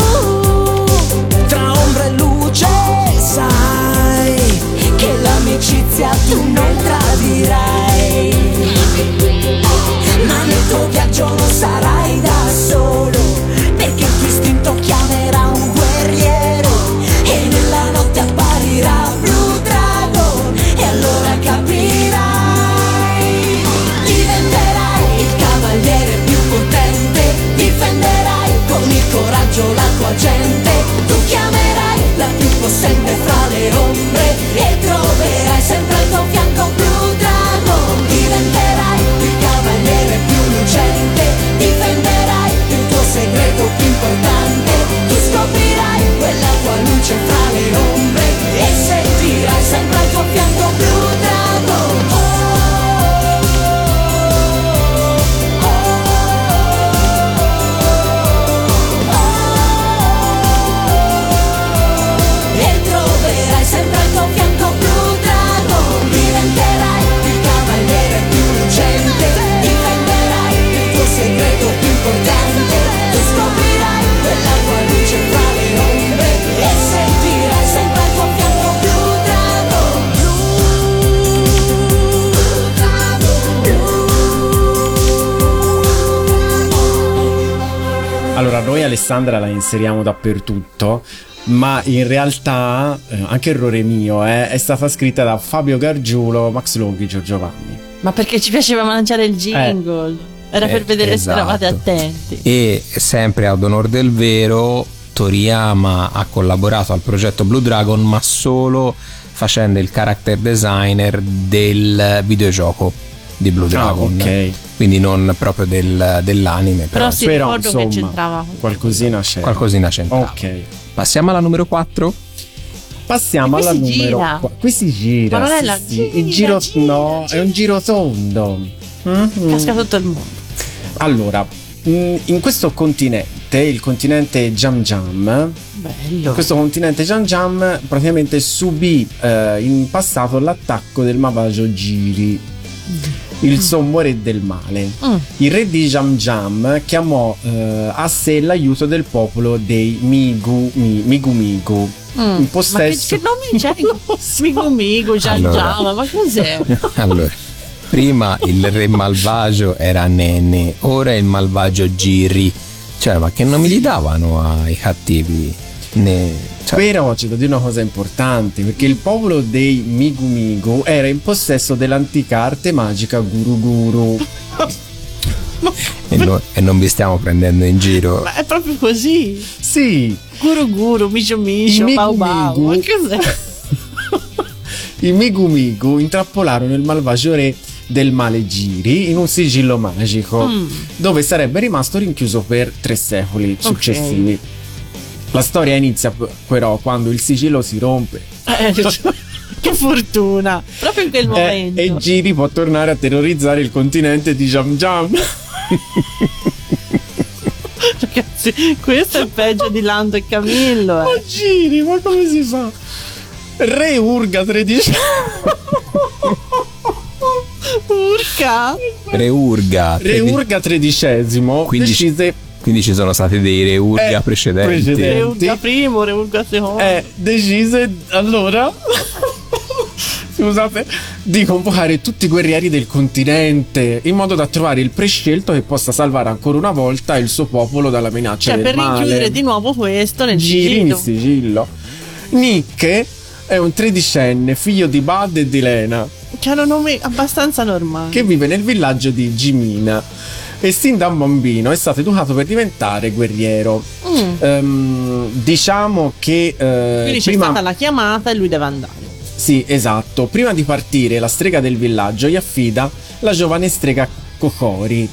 [SPEAKER 2] Allora, noi Alessandra la inseriamo dappertutto, ma in realtà, eh, anche errore mio, eh, è stata scritta da Fabio Gargiulo, Max Longhi, Giorgio Vanni.
[SPEAKER 3] Ma perché ci piaceva mangiare il jingle? Eh. Era per
[SPEAKER 4] Eh,
[SPEAKER 3] vedere
[SPEAKER 4] esatto.
[SPEAKER 3] se eravate attenti.
[SPEAKER 4] E sempre ad onor del vero, Toriyama ha collaborato al progetto Blue Dragon, ma solo facendo il character designer del videogioco di Blue Dragon,
[SPEAKER 2] Ah, ok.
[SPEAKER 4] quindi non proprio del, dell'anime, però,
[SPEAKER 3] Però sì,
[SPEAKER 2] Però,
[SPEAKER 3] ricordo che
[SPEAKER 2] insomma,
[SPEAKER 3] c'entrava.
[SPEAKER 2] qualcosina c'è.
[SPEAKER 4] qualcosina c'entrava.
[SPEAKER 2] Ok.
[SPEAKER 4] Passiamo alla numero quattro.
[SPEAKER 2] Passiamo
[SPEAKER 3] E qui
[SPEAKER 2] alla
[SPEAKER 3] si
[SPEAKER 2] numero
[SPEAKER 3] gira.
[SPEAKER 2] qua- Qui si gira.
[SPEAKER 3] Ma non è
[SPEAKER 2] sì,
[SPEAKER 3] la-
[SPEAKER 2] sì.
[SPEAKER 3] gira,
[SPEAKER 2] Il giro
[SPEAKER 3] gira,
[SPEAKER 2] no, è un giro tondo. Mhm.
[SPEAKER 3] Casca tutto il mondo.
[SPEAKER 2] Allora, mh, in questo continente, il continente Jam Jam,
[SPEAKER 3] Bello.
[SPEAKER 2] questo continente Jam Jam praticamente subì eh, in passato l'attacco del malvagio Giri, il sommo re del male.
[SPEAKER 3] Mm.
[SPEAKER 2] Il re di Jam Jam chiamò eh, a sé l'aiuto del popolo dei Migu Mi- Migu Migu.
[SPEAKER 3] Mm.
[SPEAKER 2] In possesso.
[SPEAKER 3] Ma che, che nomi c'è? Migu Migu, Gian
[SPEAKER 4] Allora.
[SPEAKER 3] Giama, ma cos'è?
[SPEAKER 4] Allora, prima il re malvagio era Nene, ora è il malvagio Giri. Cioè, ma che nomi gli davano ai cattivi? Ne... cioè,
[SPEAKER 2] Però c'è da dire una cosa importante, perché il popolo dei Migu Migu era in possesso dell'antica arte magica Guru Guru.
[SPEAKER 4] e, no- e non vi stiamo prendendo in giro.
[SPEAKER 3] Ma è proprio così.
[SPEAKER 2] Sì,
[SPEAKER 3] Guru Guru, Micio Micio,
[SPEAKER 2] Migu
[SPEAKER 3] Bau Bau.
[SPEAKER 2] Migu.
[SPEAKER 3] Ma cos'è?
[SPEAKER 2] i Migu Migu intrappolarono il malvagio re del male Giri in un sigillo magico,
[SPEAKER 3] Mm.
[SPEAKER 2] dove sarebbe rimasto rinchiuso per tre secoli successivi. La storia inizia p- però quando il sigillo si rompe
[SPEAKER 3] Eh, che fortuna. Proprio in quel
[SPEAKER 2] eh,
[SPEAKER 3] momento.
[SPEAKER 2] e Giri può tornare a terrorizzare il continente di Jam Jam.
[SPEAKER 3] Ragazzi, questo è peggio di Lando e Camillo.
[SPEAKER 2] Ma
[SPEAKER 3] Eh.
[SPEAKER 2] Giri, ma come si fa? Re Urga tredici.
[SPEAKER 3] Urca.
[SPEAKER 4] Re Urga.
[SPEAKER 2] Re Urga tredicesimo
[SPEAKER 4] Quindi-
[SPEAKER 2] decise
[SPEAKER 4] Quindi ci sono stati dei Re Urga
[SPEAKER 2] Eh,
[SPEAKER 4] precedenti.
[SPEAKER 2] precedenti.
[SPEAKER 3] Reurga primo, Reurga secondo.
[SPEAKER 2] eh, decise allora scusate di convocare tutti i guerrieri del continente in modo da trovare il prescelto che possa salvare ancora una volta il suo popolo dalla minaccia
[SPEAKER 3] Cioè,
[SPEAKER 2] del
[SPEAKER 3] per
[SPEAKER 2] male.
[SPEAKER 3] rinchiudere di nuovo questo nel
[SPEAKER 2] Giri in
[SPEAKER 3] sigillo.
[SPEAKER 2] sigillo. Nick è un tredicenne figlio di Bud e di Lena
[SPEAKER 3] Che hanno nomi abbastanza normali.
[SPEAKER 2] che vive nel villaggio di Jimina e sin da un bambino è stato educato per diventare guerriero.
[SPEAKER 3] Mm.
[SPEAKER 2] Ehm, diciamo che eh,
[SPEAKER 3] Quindi c'è
[SPEAKER 2] prima
[SPEAKER 3] stata la chiamata e lui deve andare.
[SPEAKER 2] sì, esatto, prima di partire la strega del villaggio gli affida la giovane strega Kokori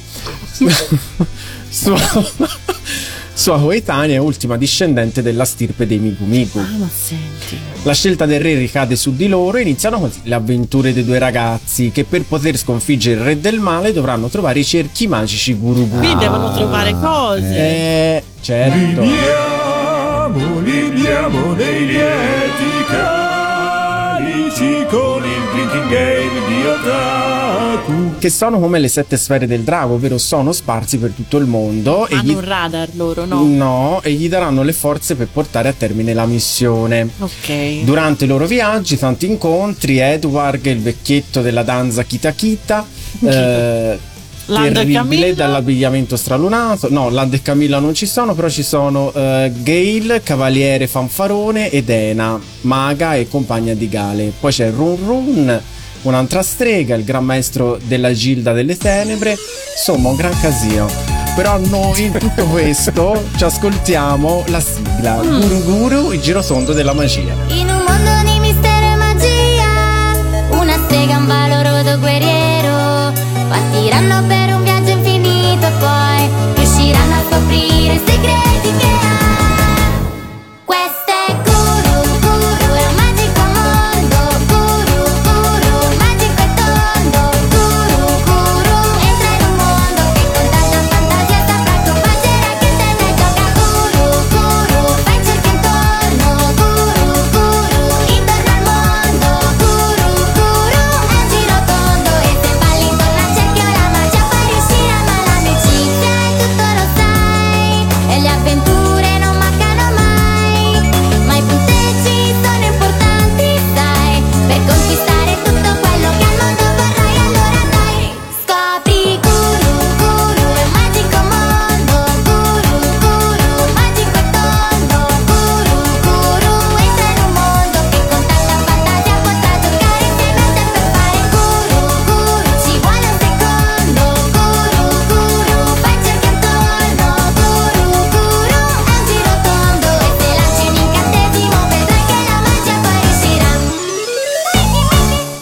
[SPEAKER 2] sua, sua coetanea e ultima discendente della stirpe dei Migu Migu.
[SPEAKER 3] Ah, ma senti.
[SPEAKER 2] La scelta del re ricade su di loro e iniziano così le avventure dei due ragazzi che per poter sconfiggere il re del male dovranno trovare i cerchi magici Guru Guru.
[SPEAKER 3] Qui devono trovare cose.
[SPEAKER 2] Eh, certo.
[SPEAKER 1] Libiamo, libiamo nei lieti calici con il drinking game di Otaku.
[SPEAKER 2] Che sono come le sette sfere del drago, ovvero sono sparsi per tutto il mondo e
[SPEAKER 3] Hanno
[SPEAKER 2] gli...
[SPEAKER 3] un radar loro, no?
[SPEAKER 2] No, e gli daranno le forze per portare a termine la missione.
[SPEAKER 3] Ok.
[SPEAKER 2] Durante i loro viaggi, tanti incontri, Edward, il vecchietto della danza Kita Kita, eh,
[SPEAKER 3] Lando e
[SPEAKER 2] terribile
[SPEAKER 3] Camilla.
[SPEAKER 2] dall'abbigliamento stralunato. No, Lando e Camilla non ci sono, però ci sono eh, Gale, cavaliere fanfarone, ed Ena, maga e compagna di Gale. Poi c'è Run Run, un'altra strega, il gran maestro della Gilda delle Tenebre. Insomma, un gran casino. Però noi in tutto questo ci ascoltiamo la sigla Guru Guru, il girotondo della magia.
[SPEAKER 11] In un mondo di mistero e magia, una strega, un valoroso guerriero partiranno per un viaggio infinito e poi riusciranno a scoprire i segreti che ha. Questo è Guru Guru, è un magico mondo. Guru Guru, magico e tondo. Guru Guru, entra in un mondo che con tanta fantasia saprà combattere che se ne gioca. Guru Guru, fai cerchi intorno. Guru Guru, intorno al mondo. Guru Guru, è un giro tondo e se balli intorno al cerchio la magia fa riuscire a amare l'amicizia e tutto lo sai. E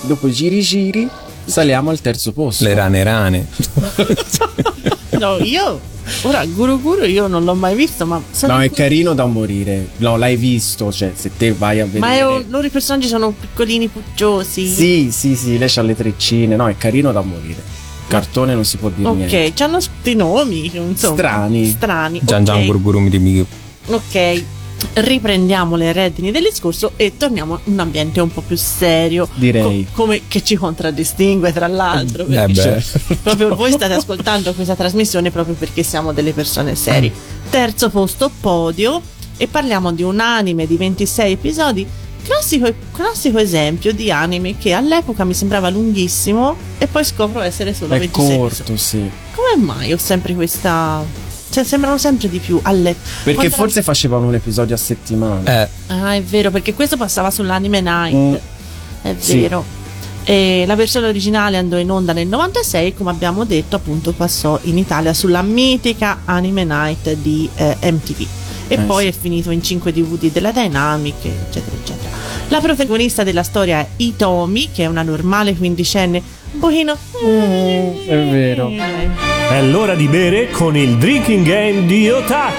[SPEAKER 2] dopo giri giri saliamo al terzo posto.
[SPEAKER 4] Le rane rane.
[SPEAKER 3] No, io ora Guru Guru io non l'ho mai visto, ma
[SPEAKER 2] no, è carino da morire. No, l'hai visto, cioè se te vai a vedere.
[SPEAKER 3] Ma è un, loro i personaggi sono piccolini, pucciosi.
[SPEAKER 2] Sì, sì, sì, lei c'ha le treccine. No, è carino da morire. Cartone non si può dire
[SPEAKER 3] Ok,
[SPEAKER 2] niente.
[SPEAKER 3] c'hanno sti nomi, insomma,
[SPEAKER 2] strani.
[SPEAKER 3] Strani.
[SPEAKER 4] Gian Gian
[SPEAKER 3] ok.
[SPEAKER 4] Gurgurumi di Miyu.
[SPEAKER 3] Ok, riprendiamo le redini del discorso e torniamo in un ambiente un po' più serio.
[SPEAKER 2] Direi.
[SPEAKER 3] Co- come che ci contraddistingue, tra l'altro.
[SPEAKER 4] Eh
[SPEAKER 3] Perché
[SPEAKER 4] beh.
[SPEAKER 3] proprio voi state ascoltando questa trasmissione proprio perché siamo delle persone serie. Terzo posto, podio. E parliamo di un anime di ventisei episodi. Classico, classico esempio di anime che all'epoca mi sembrava lunghissimo e poi scopro essere solo
[SPEAKER 2] È
[SPEAKER 3] ventisei
[SPEAKER 2] corto,
[SPEAKER 3] episodi.
[SPEAKER 2] sì.
[SPEAKER 3] Come mai ho sempre questa... Cioè sembrano sempre di più alle...
[SPEAKER 2] Perché
[SPEAKER 3] Quando-
[SPEAKER 2] forse facevano un episodio a settimana.
[SPEAKER 4] Eh,
[SPEAKER 3] Ah, è vero, perché questo passava sull'Anime Night.
[SPEAKER 2] Mm.
[SPEAKER 3] È
[SPEAKER 2] Sì.
[SPEAKER 3] vero. E la versione originale andò in onda nel novantasei, come abbiamo detto, appunto passò in Italia sulla mitica Anime Night di eh, M T V. E
[SPEAKER 2] Eh,
[SPEAKER 3] poi
[SPEAKER 2] sì.
[SPEAKER 3] è finito in cinque D V D della Dynamic, eccetera, eccetera. La protagonista della storia è Hitomi, che è una normale quindicenne, un pochino...
[SPEAKER 2] Mm, è vero.
[SPEAKER 1] È l'ora di bere con il drinking game di Otaku.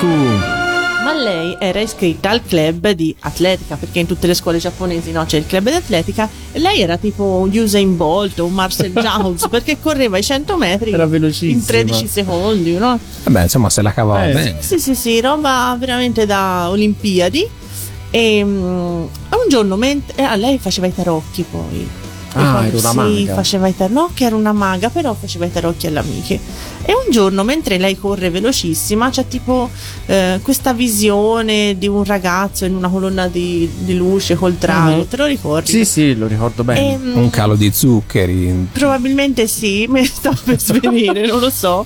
[SPEAKER 3] Ma lei era iscritta al club di atletica, perché in tutte le scuole giapponesi no, c'è il club di atletica, e lei era tipo un Usain Bolt o un Marcel Jones perché correva i cento metri
[SPEAKER 2] Era velocissima.
[SPEAKER 3] in tredici secondi, no?
[SPEAKER 4] vabbè, insomma, se la cavava
[SPEAKER 2] Eh,
[SPEAKER 4] bene.
[SPEAKER 3] Sì, sì, sì, roba veramente da Olimpiadi. E mm, un giorno mentre ah, lei faceva i tarocchi poi. E
[SPEAKER 2] Ah,
[SPEAKER 3] poi,
[SPEAKER 2] era una
[SPEAKER 3] sì,
[SPEAKER 2] maga.
[SPEAKER 3] faceva i tarocchi, no, che era una maga, però faceva i tarocchi alle amiche. E un giorno mentre lei corre velocissima c'è tipo eh, questa visione di un ragazzo in una colonna di, di luce col drago,
[SPEAKER 2] Mhm.
[SPEAKER 3] te lo ricordi?
[SPEAKER 2] Sì, sì, lo ricordo bene.
[SPEAKER 3] E, mm,
[SPEAKER 4] Un calo di zuccheri.
[SPEAKER 3] Probabilmente sì, mi sta per svenire, non lo so.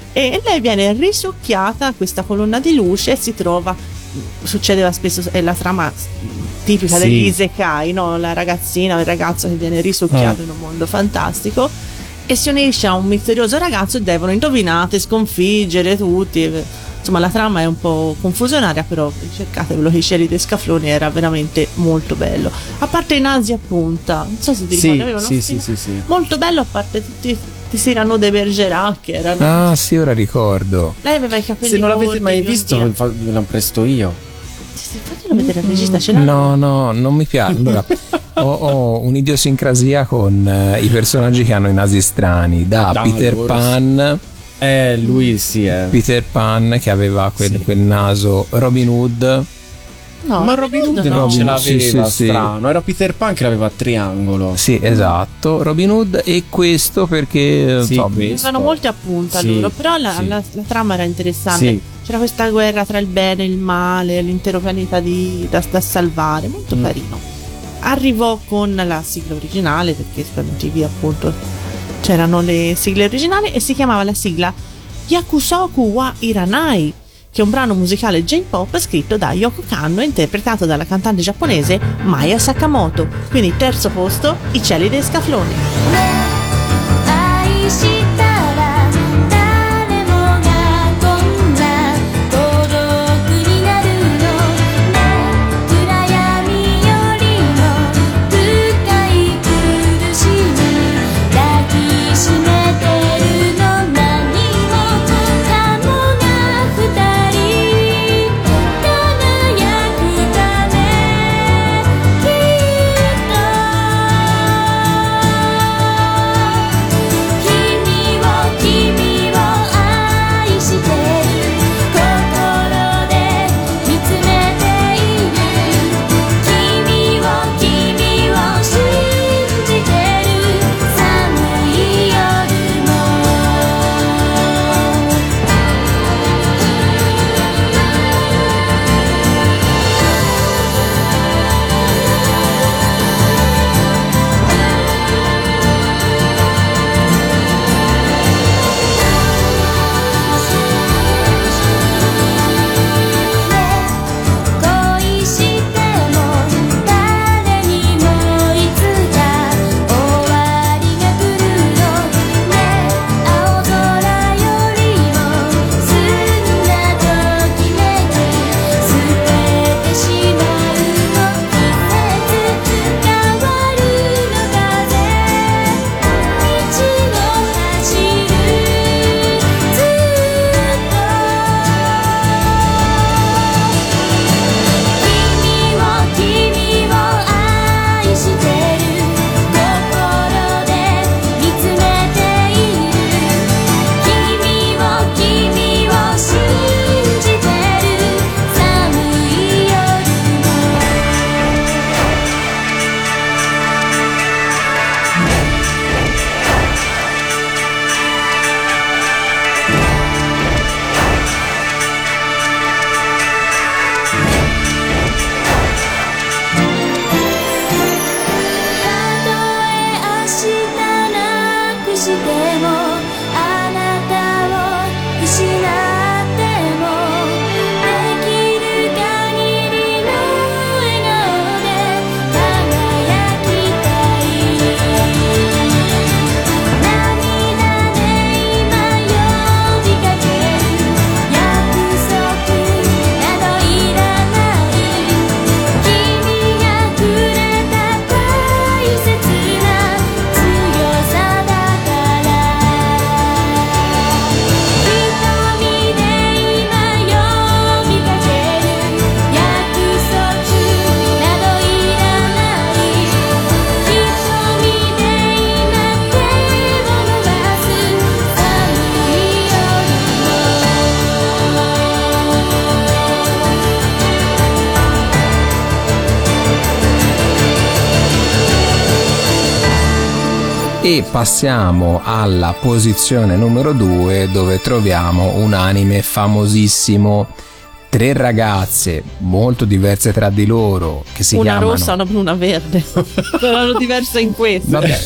[SPEAKER 3] E lei viene risucchiata a questa colonna di luce e si trova. Succedeva spesso, è la trama tipica
[SPEAKER 2] Sì.
[SPEAKER 3] degli isekai, no? La ragazzina o il ragazzo che viene risucchiato
[SPEAKER 2] Eh.
[SPEAKER 3] in un mondo fantastico e si unisce a un misterioso ragazzo e devono indovinate, sconfiggere tutti. Insomma, la trama è un po' confusionaria, però cercatevelo, che i cieli dei Scafloni era veramente molto bello. A parte in Asia punta, non so se ti
[SPEAKER 2] Sì,
[SPEAKER 3] ricordi, aveva uno
[SPEAKER 2] sì,
[SPEAKER 3] stile
[SPEAKER 2] sì, sì, sì.
[SPEAKER 3] molto bello, a parte tutti i Cyrano de Bergerac che erano.
[SPEAKER 4] Ah, sì, ora ricordo.
[SPEAKER 3] Lei aveva i capelli
[SPEAKER 2] Se non l'avete
[SPEAKER 3] corti,
[SPEAKER 2] mai visto,
[SPEAKER 3] biondina.
[SPEAKER 2] ve fa- ve l'ho presto io.
[SPEAKER 3] Sì, sì, fatelo vedere al regista, ce l'ha.
[SPEAKER 4] No, no, non mi piace. Allora, ho, ho un'idiosincrasia con eh, i personaggi che hanno i nasi strani. Da
[SPEAKER 2] Dai,
[SPEAKER 4] Peter
[SPEAKER 2] loro
[SPEAKER 4] Pan,
[SPEAKER 2] Eh, lui sì, eh.
[SPEAKER 4] Peter Pan che aveva quel,
[SPEAKER 2] Sì.
[SPEAKER 4] quel naso. Robin Hood.
[SPEAKER 3] No,
[SPEAKER 2] Ma Robin Hood
[SPEAKER 3] no.
[SPEAKER 2] non ce
[SPEAKER 4] Robin-
[SPEAKER 2] l'aveva,
[SPEAKER 4] sì, sì, sì.
[SPEAKER 2] strano. Era Peter Pan che l'aveva a triangolo.
[SPEAKER 4] Sì, esatto. Robin Hood, e questo perché
[SPEAKER 2] Sì,
[SPEAKER 4] so,
[SPEAKER 2] questo.
[SPEAKER 3] Avevano molti appunti
[SPEAKER 2] Sì,
[SPEAKER 3] loro, però la,
[SPEAKER 2] sì.
[SPEAKER 3] la- la trama era interessante.
[SPEAKER 2] Sì.
[SPEAKER 3] C'era questa guerra tra il bene e il male, l'intero pianeta di- da, da salvare, molto
[SPEAKER 2] Mm.
[SPEAKER 3] carino. Arrivò con la sigla originale, perché su M T V appunto c'erano le sigle originali, e si chiamava la sigla Yakusoku wa Iranai, che è un brano musicale J-pop scritto da Yoko Kanno e interpretato dalla cantante giapponese Maya Sakamoto. Quindi terzo posto, I cieli dei Scafloni.
[SPEAKER 11] 愛したら誰もがこんな孤独になるのね暗闇よりも深い苦しみ抱きしめてるの何もかもが二人輝くためきっと君を
[SPEAKER 4] E passiamo alla posizione numero due, dove troviamo un anime famosissimo. Tre ragazze molto diverse tra di loro che si
[SPEAKER 3] una
[SPEAKER 4] chiamano...
[SPEAKER 3] rossa, una blu, una verde. Erano diverse in questo.
[SPEAKER 4] Vabbè.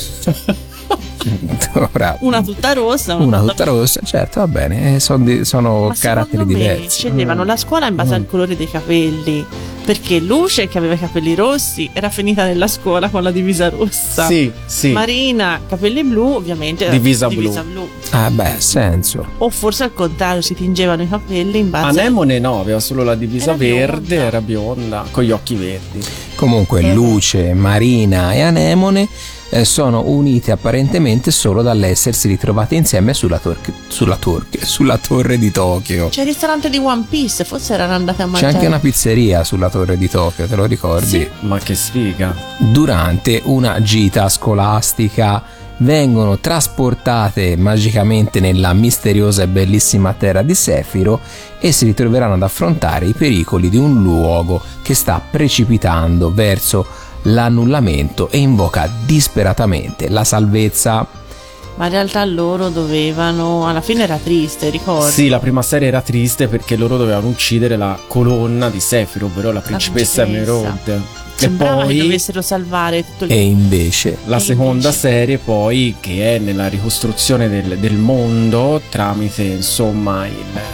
[SPEAKER 4] Ora,
[SPEAKER 3] una tutta rossa, una,
[SPEAKER 4] una
[SPEAKER 3] tutta,
[SPEAKER 4] tutta rossa, certo, va bene, sono, di, sono
[SPEAKER 3] Ma
[SPEAKER 4] caratteri
[SPEAKER 3] me
[SPEAKER 4] diversi.
[SPEAKER 3] Sceglievano
[SPEAKER 4] mm.
[SPEAKER 3] la scuola in base
[SPEAKER 4] mm.
[SPEAKER 3] al colore dei capelli, perché Luce, che aveva i capelli rossi, era finita nella scuola con la divisa rossa.
[SPEAKER 2] Sì, sì.
[SPEAKER 3] Marina, capelli blu, ovviamente
[SPEAKER 2] divisa,
[SPEAKER 3] divisa
[SPEAKER 2] blu.
[SPEAKER 3] blu.
[SPEAKER 4] Ah beh, ha senso.
[SPEAKER 3] O forse al contrario, si tingevano i capelli in base
[SPEAKER 2] Anemone no, aveva solo la divisa
[SPEAKER 3] Era
[SPEAKER 2] verde,
[SPEAKER 3] bionda.
[SPEAKER 2] era bionda, con gli occhi verdi.
[SPEAKER 4] Comunque
[SPEAKER 3] Eh.
[SPEAKER 4] Luce, Marina e Anemone eh, sono unite apparentemente solo dall'essersi ritrovate insieme sulla, torque, sulla, torque, sulla torre di Tokyo.
[SPEAKER 3] C'è il ristorante di One Piece, forse erano andate a
[SPEAKER 4] C'è
[SPEAKER 3] mangiare.
[SPEAKER 4] anche una pizzeria sulla torre di Tokyo, te lo ricordi?
[SPEAKER 3] Sì.
[SPEAKER 2] Ma che sfiga.
[SPEAKER 4] Durante una gita scolastica vengono trasportate magicamente nella misteriosa e bellissima terra di Sefiro e si ritroveranno ad affrontare i pericoli di un luogo che sta precipitando verso l'annullamento e invoca disperatamente la salvezza.
[SPEAKER 3] Ma in realtà loro dovevano, alla fine era triste, ricordi?
[SPEAKER 2] Sì, la prima serie era triste perché loro dovevano uccidere la colonna di Sefiro, ovvero la principessa
[SPEAKER 3] principessa.
[SPEAKER 2] Emerald.
[SPEAKER 3] Sembrava
[SPEAKER 2] e
[SPEAKER 3] che
[SPEAKER 2] poi
[SPEAKER 3] dovessero salvare tutto il
[SPEAKER 4] E invece
[SPEAKER 2] la
[SPEAKER 3] E
[SPEAKER 2] seconda
[SPEAKER 3] invece-
[SPEAKER 2] serie poi, che è nella ricostruzione del, del mondo tramite insomma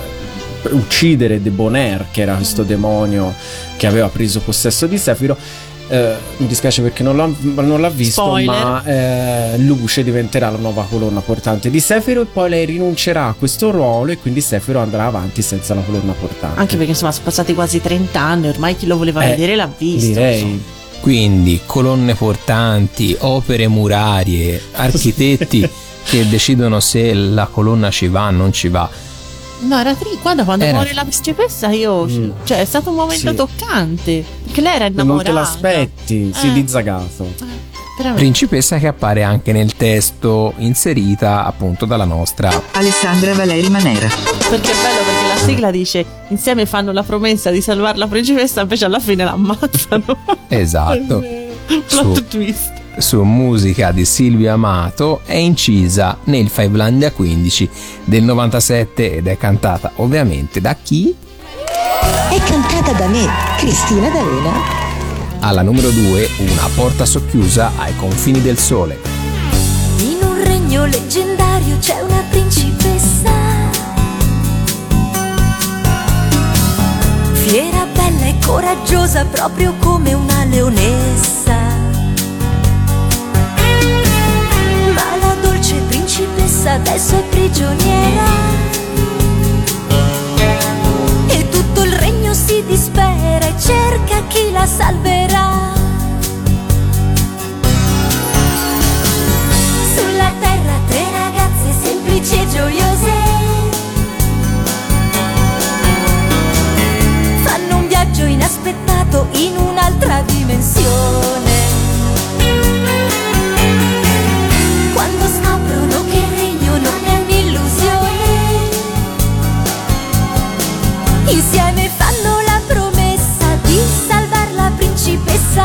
[SPEAKER 2] il uccidere Debonair, che era questo demonio che aveva preso possesso di Sefiro. Eh, mi dispiace perché non, l'ho, non l'ha visto,
[SPEAKER 3] Spoiler.
[SPEAKER 2] ma eh, Luce diventerà la nuova colonna portante di Sefiro e poi lei rinuncerà a questo ruolo e quindi Sefiro andrà avanti senza la colonna portante.
[SPEAKER 3] Anche perché insomma sono passati quasi trenta anni, ormai chi lo voleva
[SPEAKER 2] Eh,
[SPEAKER 3] vedere l'ha visto.
[SPEAKER 2] direi.
[SPEAKER 3] insomma.
[SPEAKER 4] quindi colonne portanti, opere murarie, architetti che decidono se la colonna ci va o non ci va.
[SPEAKER 3] No, era triste. Guarda, quando
[SPEAKER 4] Era
[SPEAKER 3] muore la principessa io...
[SPEAKER 2] Mm.
[SPEAKER 3] Cioè, è stato un momento
[SPEAKER 2] Sì.
[SPEAKER 3] toccante. Perché lei era
[SPEAKER 2] Non
[SPEAKER 3] innamorata.
[SPEAKER 2] te l'aspetti, sì,
[SPEAKER 3] Eh.
[SPEAKER 2] di Zagato.
[SPEAKER 3] Eh, veramente.
[SPEAKER 4] Principessa che appare anche nel testo inserita appunto dalla nostra
[SPEAKER 8] Alessandra Valeri Manera.
[SPEAKER 3] Perché è bello, perché la sigla dice insieme fanno la promessa di salvare la principessa, invece alla fine la ammazzano.
[SPEAKER 4] esatto
[SPEAKER 3] Plot
[SPEAKER 4] Su-
[SPEAKER 3] twist.
[SPEAKER 4] su musica di Silvio Amato, è incisa nel Fivelandia quindici del novantasette ed è cantata ovviamente da chi?
[SPEAKER 10] È cantata da me, Cristina D'Avena.
[SPEAKER 4] Alla numero due, Una porta socchiusa ai confini del sole.
[SPEAKER 11] In un regno leggendario c'è una principessa, fiera, bella e coraggiosa, proprio come una leonessa. Ma la dolce principessa adesso è prigioniera e tutto il regno si dispera e cerca chi la salverà. Sulla terra tre ragazze semplici e gioiose fanno un viaggio inaspettato in un'altra dimensione. Quando scoprono che il regno non è un'illusione, insieme fanno la promessa di salvar la principessa.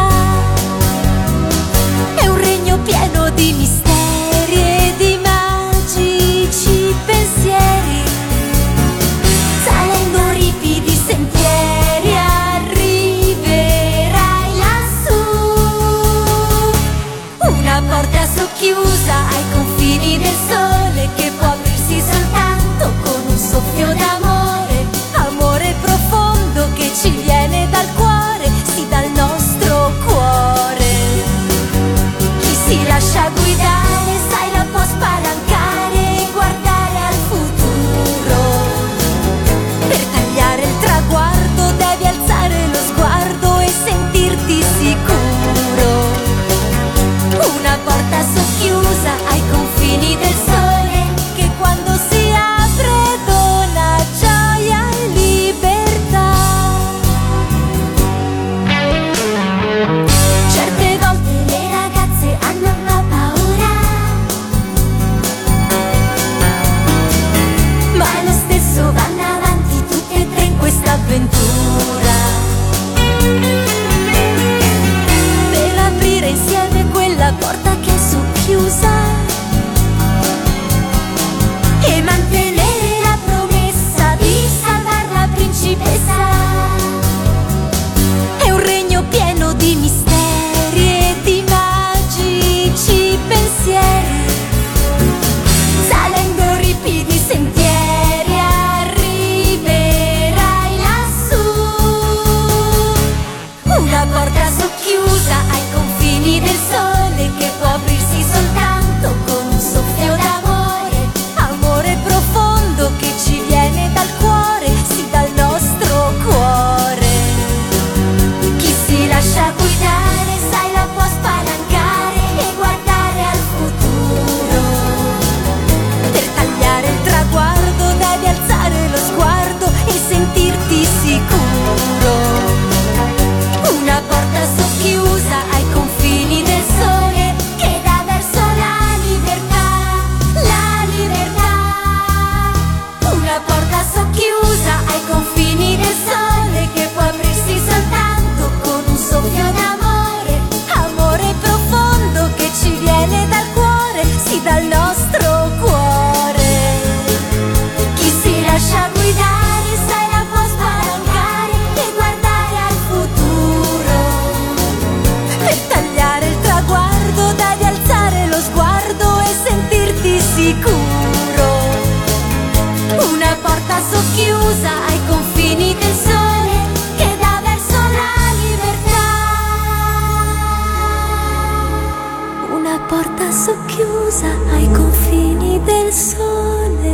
[SPEAKER 11] rosa ai confini del sole.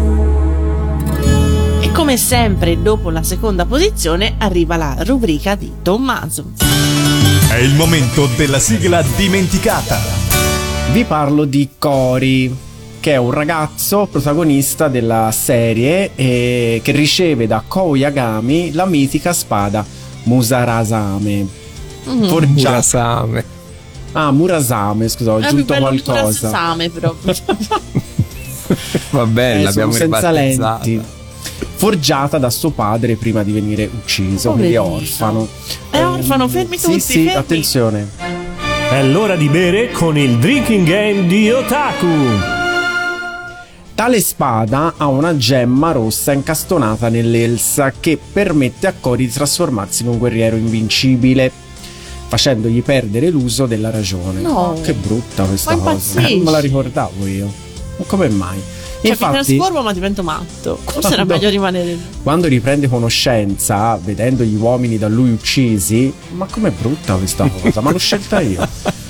[SPEAKER 3] E come sempre, dopo la seconda posizione arriva la rubrica di Tommaso.
[SPEAKER 1] È il momento della sigla dimenticata.
[SPEAKER 2] Vi parlo di Cory, che è un ragazzo protagonista della serie e che riceve da Kou Yagami la mitica spada Musarasame.
[SPEAKER 3] Mm.
[SPEAKER 2] Forgiata.
[SPEAKER 4] Murasame.
[SPEAKER 2] Ah, Murasame, scusa, ho
[SPEAKER 3] È più
[SPEAKER 2] aggiunto
[SPEAKER 3] bello di
[SPEAKER 2] qualcosa.
[SPEAKER 3] Murasame, proprio.
[SPEAKER 4] Va bene,
[SPEAKER 2] Eh,
[SPEAKER 4] l'abbiamo
[SPEAKER 2] sono senza
[SPEAKER 4] ribattezzata.
[SPEAKER 2] lenti. Forgiata da suo padre prima di venire ucciso, quindi è
[SPEAKER 3] Poverino.
[SPEAKER 2] orfano.
[SPEAKER 3] È orfano, fermi
[SPEAKER 2] Sì,
[SPEAKER 3] tutti,
[SPEAKER 2] sì,
[SPEAKER 3] fermi.
[SPEAKER 2] attenzione.
[SPEAKER 12] È l'ora di bere con il drinking game di Otaku.
[SPEAKER 2] Tale spada ha una gemma rossa incastonata nell'elsa che permette a Cory di trasformarsi in un guerriero invincibile, facendogli perdere l'uso della ragione.
[SPEAKER 3] No.
[SPEAKER 2] Che brutta questa
[SPEAKER 3] Ma
[SPEAKER 2] cosa.
[SPEAKER 3] impazzisci.
[SPEAKER 2] Non me la ricordavo io. Ma come mai?
[SPEAKER 3] Cioè,
[SPEAKER 2] Infatti,
[SPEAKER 3] mi trasformo ma divento matto. Forse era
[SPEAKER 2] Quando-
[SPEAKER 3] meglio rimanere lì.
[SPEAKER 2] quando riprende conoscenza, vedendo gli uomini da lui uccisi, ma com'è brutta questa cosa? Ma l'ho scelta io.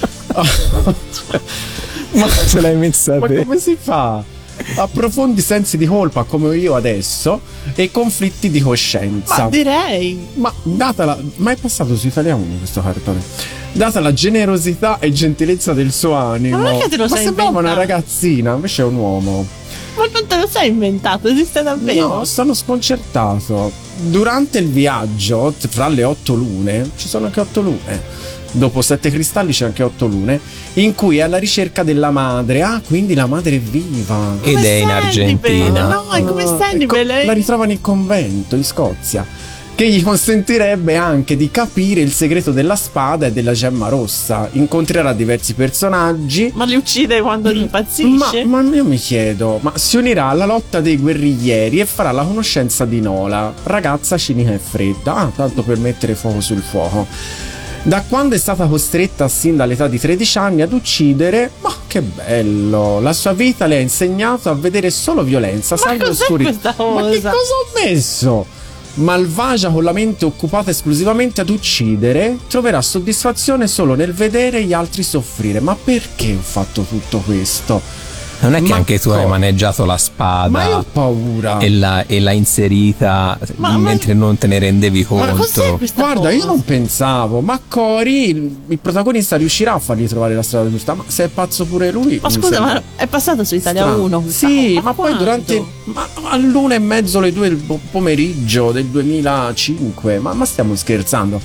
[SPEAKER 4] Ma ce l'hai messa
[SPEAKER 2] Ma
[SPEAKER 4] te?
[SPEAKER 2] come si fa? Ha profondi sensi di colpa come io adesso e conflitti di coscienza.
[SPEAKER 3] Ma direi.
[SPEAKER 2] Ma data la. Ma è passato su Italia uno questo cartone. Data la generosità e gentilezza del suo animo.
[SPEAKER 3] Ma perché te lo
[SPEAKER 2] Ma
[SPEAKER 3] sei
[SPEAKER 2] sembrava una
[SPEAKER 3] inventato?
[SPEAKER 2] ragazzina, invece è un uomo.
[SPEAKER 3] Ma non te lo sei inventato? Esiste davvero?
[SPEAKER 2] No, sono sconcertato. Durante il viaggio, t- fra le otto lune, ci sono anche otto lune. Dopo sette cristalli c'è anche otto lune, in cui è alla ricerca della madre. Ah, quindi la madre è viva.
[SPEAKER 4] Ed è in Argentina.
[SPEAKER 3] No, è come
[SPEAKER 2] Ah,
[SPEAKER 3] Sandy,
[SPEAKER 2] ecco, la ritrovano in convento in Scozia, che gli consentirebbe anche di capire il segreto della spada e della gemma rossa. Incontrerà diversi personaggi.
[SPEAKER 3] Ma li uccide quando
[SPEAKER 2] Ma,
[SPEAKER 3] impazzisce?
[SPEAKER 2] ma io mi chiedo, ma si unirà alla lotta dei guerriglieri e farà la conoscenza di Nola, ragazza cinica e fredda. Ah, tanto per mettere fuoco sul fuoco. Da quando è stata costretta sin dall'età di tredici anni ad uccidere, ma che bello! La sua vita le ha insegnato a vedere solo violenza, sangue e
[SPEAKER 3] cos'è
[SPEAKER 2] oscurità.
[SPEAKER 3] questa
[SPEAKER 2] Ma che
[SPEAKER 3] cosa?
[SPEAKER 2] cosa ho messo? Malvagia con la mente occupata esclusivamente ad uccidere, troverà soddisfazione solo nel vedere gli altri soffrire. Ma perché ho fatto tutto questo?
[SPEAKER 4] Non è che
[SPEAKER 2] Ma
[SPEAKER 4] anche tu
[SPEAKER 2] co-
[SPEAKER 4] hai maneggiato la spada
[SPEAKER 2] Ma io ho paura.
[SPEAKER 4] e, la, e l'hai inserita
[SPEAKER 3] Ma-
[SPEAKER 4] mentre non te ne rendevi
[SPEAKER 3] Ma cos'è
[SPEAKER 4] conto?
[SPEAKER 3] questa
[SPEAKER 2] Guarda,
[SPEAKER 3] cosa?
[SPEAKER 2] io non pensavo, ma Cory, il, il protagonista, riuscirà a fargli trovare la strada giusta. Ma se è pazzo pure lui.
[SPEAKER 3] Ma
[SPEAKER 2] mi
[SPEAKER 3] scusa,
[SPEAKER 2] sembra
[SPEAKER 3] ma è passato su Italia
[SPEAKER 2] strano.
[SPEAKER 3] uno? questa
[SPEAKER 2] Sì,
[SPEAKER 3] cosa?
[SPEAKER 2] ma poi
[SPEAKER 3] quando?
[SPEAKER 2] durante. Ma all'una e mezzo, alle due del po- pomeriggio del duemilacinque. Ma, ma stiamo scherzando?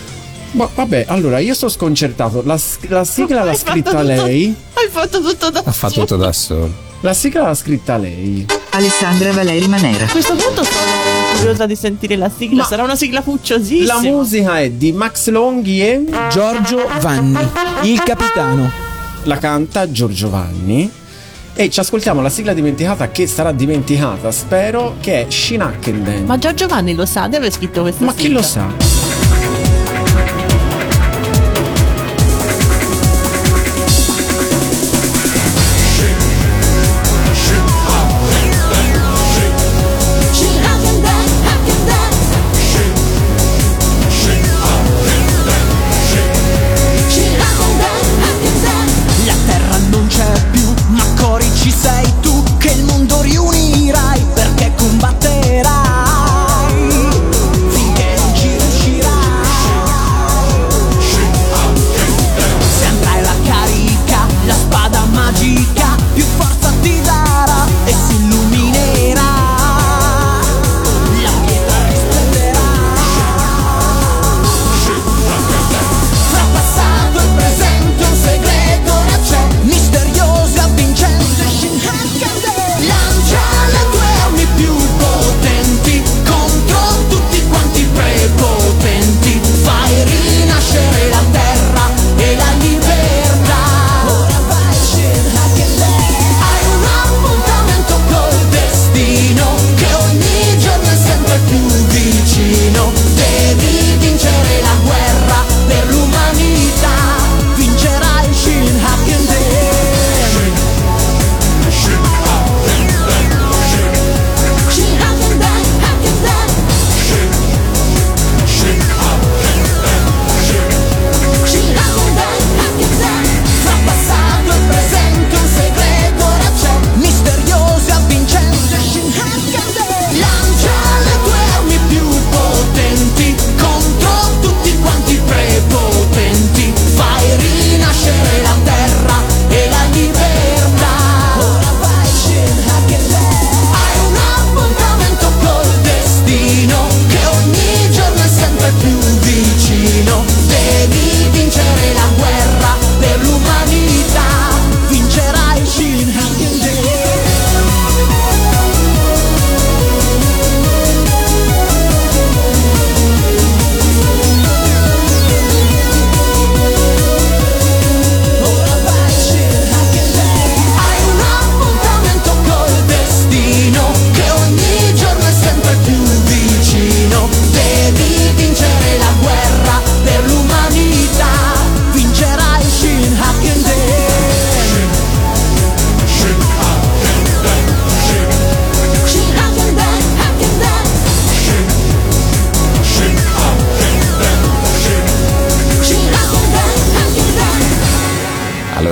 [SPEAKER 2] Ma vabbè, allora io sono sconcertato. La, la sigla l'ha
[SPEAKER 3] Hai fatto
[SPEAKER 2] scritta
[SPEAKER 3] tutto-
[SPEAKER 2] lei.
[SPEAKER 3] Hai fatto tutto da
[SPEAKER 4] Ha fatto tutto da solo.
[SPEAKER 2] La sigla l'ha scritta lei.
[SPEAKER 8] Alessandra Valeri Manera.
[SPEAKER 3] A questo punto sono curiosa di sentire la sigla.
[SPEAKER 2] Ma-
[SPEAKER 3] Sarà una sigla fucciosissima.
[SPEAKER 2] La musica è di Max Longhi e
[SPEAKER 9] Giorgio Vanni, il capitano.
[SPEAKER 2] la canta Giorgio Vanni. E ci ascoltiamo la sigla dimenticata, che sarà dimenticata, spero, che è Shinakkenden.
[SPEAKER 3] Ma Giorgio Vanni lo sa di aver scritto questa
[SPEAKER 2] Ma
[SPEAKER 3] sigla?
[SPEAKER 2] chi lo sa?
[SPEAKER 6] La terra non c'è più, ma Cory ci sei tu, che il mondo riunirai perché combatterai finché non ci riuscirai.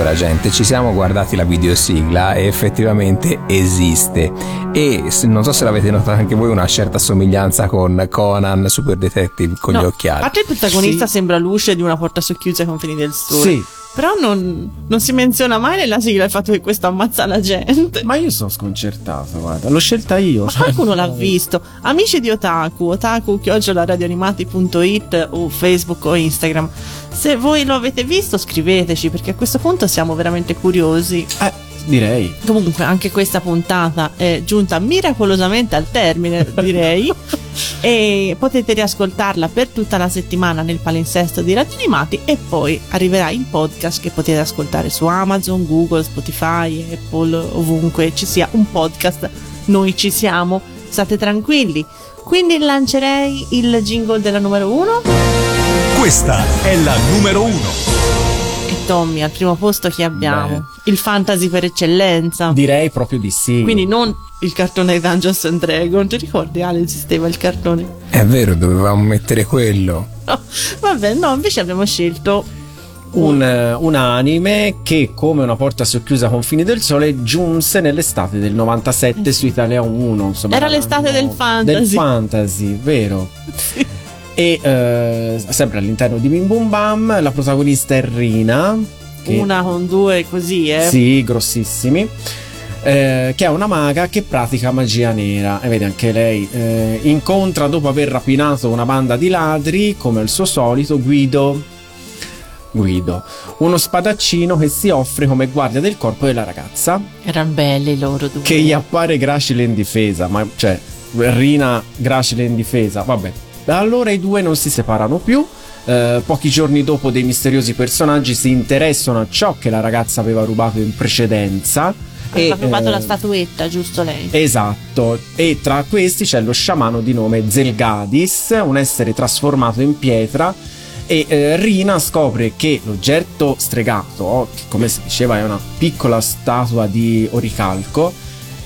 [SPEAKER 4] Allora gente, ci siamo guardati la videosigla e effettivamente esiste, e non so se l'avete notato anche voi, una certa somiglianza con Conan Super Detective con
[SPEAKER 3] no,
[SPEAKER 4] gli occhiali.
[SPEAKER 3] A parte il protagonista
[SPEAKER 2] sì.
[SPEAKER 3] sembra l'uscio di una porta socchiusa ai confini del sole.
[SPEAKER 2] Sì.
[SPEAKER 3] Però non, non si menziona mai nella sigla il fatto che questo ammazza la gente.
[SPEAKER 2] Ma io sono sconcertato, guarda, l'ho scelta io.
[SPEAKER 3] Ma qualcuno l'ha visto. Amici di Otaku, otaku chiocciola radioanimati punto it o Facebook o Instagram. Se voi lo avete visto scriveteci, perché a questo punto siamo veramente curiosi.
[SPEAKER 2] Eh, direi.
[SPEAKER 3] Comunque anche questa puntata è giunta miracolosamente al termine, direi. E potete riascoltarla per tutta la settimana nel palinsesto di Radio Animati, e poi arriverà in podcast che potete ascoltare su Amazon, Google, Spotify, Apple, ovunque ci sia un podcast noi ci siamo, state tranquilli. Quindi lancerei il jingle della numero uno.
[SPEAKER 1] Questa è la numero uno.
[SPEAKER 3] E Tommy, al primo posto chi abbiamo?
[SPEAKER 2] Beh.
[SPEAKER 3] Il fantasy per eccellenza.
[SPEAKER 2] Direi proprio di sì.
[SPEAKER 3] Quindi non il cartone di Dungeons and Dragons. Ti ricordi, Ale, esisteva il cartone?
[SPEAKER 4] È vero, dovevamo mettere quello.
[SPEAKER 3] No, vabbè, no, invece abbiamo scelto
[SPEAKER 2] un, un anime che, come una porta socchiusa con Fini del Sole, giunse nell'estate del novantasette su Italia uno. Insomma,
[SPEAKER 3] era l'estate del fantasy.
[SPEAKER 2] Del fantasy, vero?
[SPEAKER 3] Sì.
[SPEAKER 2] E eh, sempre all'interno di Bim Bum Bam la protagonista è Rina, che,
[SPEAKER 3] una con due così, eh?
[SPEAKER 2] Sì, grossissimi. Eh, che è una maga che pratica magia nera, e vede anche lei eh, incontra, dopo aver rapinato una banda di ladri, come al suo solito, Guido Guido, uno spadaccino che si offre come guardia del corpo della ragazza.
[SPEAKER 3] Erano belli loro due,
[SPEAKER 2] che gli appare gracile in difesa, ma cioè Rina gracile in difesa, vabbè. Allora i due non si separano più. Eh, pochi giorni dopo dei misteriosi personaggi si interessano a ciò che la ragazza aveva rubato in precedenza.
[SPEAKER 3] Aveva
[SPEAKER 2] e,
[SPEAKER 3] rubato
[SPEAKER 2] eh,
[SPEAKER 3] la statuetta, giusto lei?
[SPEAKER 2] Esatto, e tra questi c'è lo sciamano di nome Zelgadis, un essere trasformato in pietra, e eh, Rina scopre che l'oggetto stregato, che come si diceva è una piccola statua di oricalco,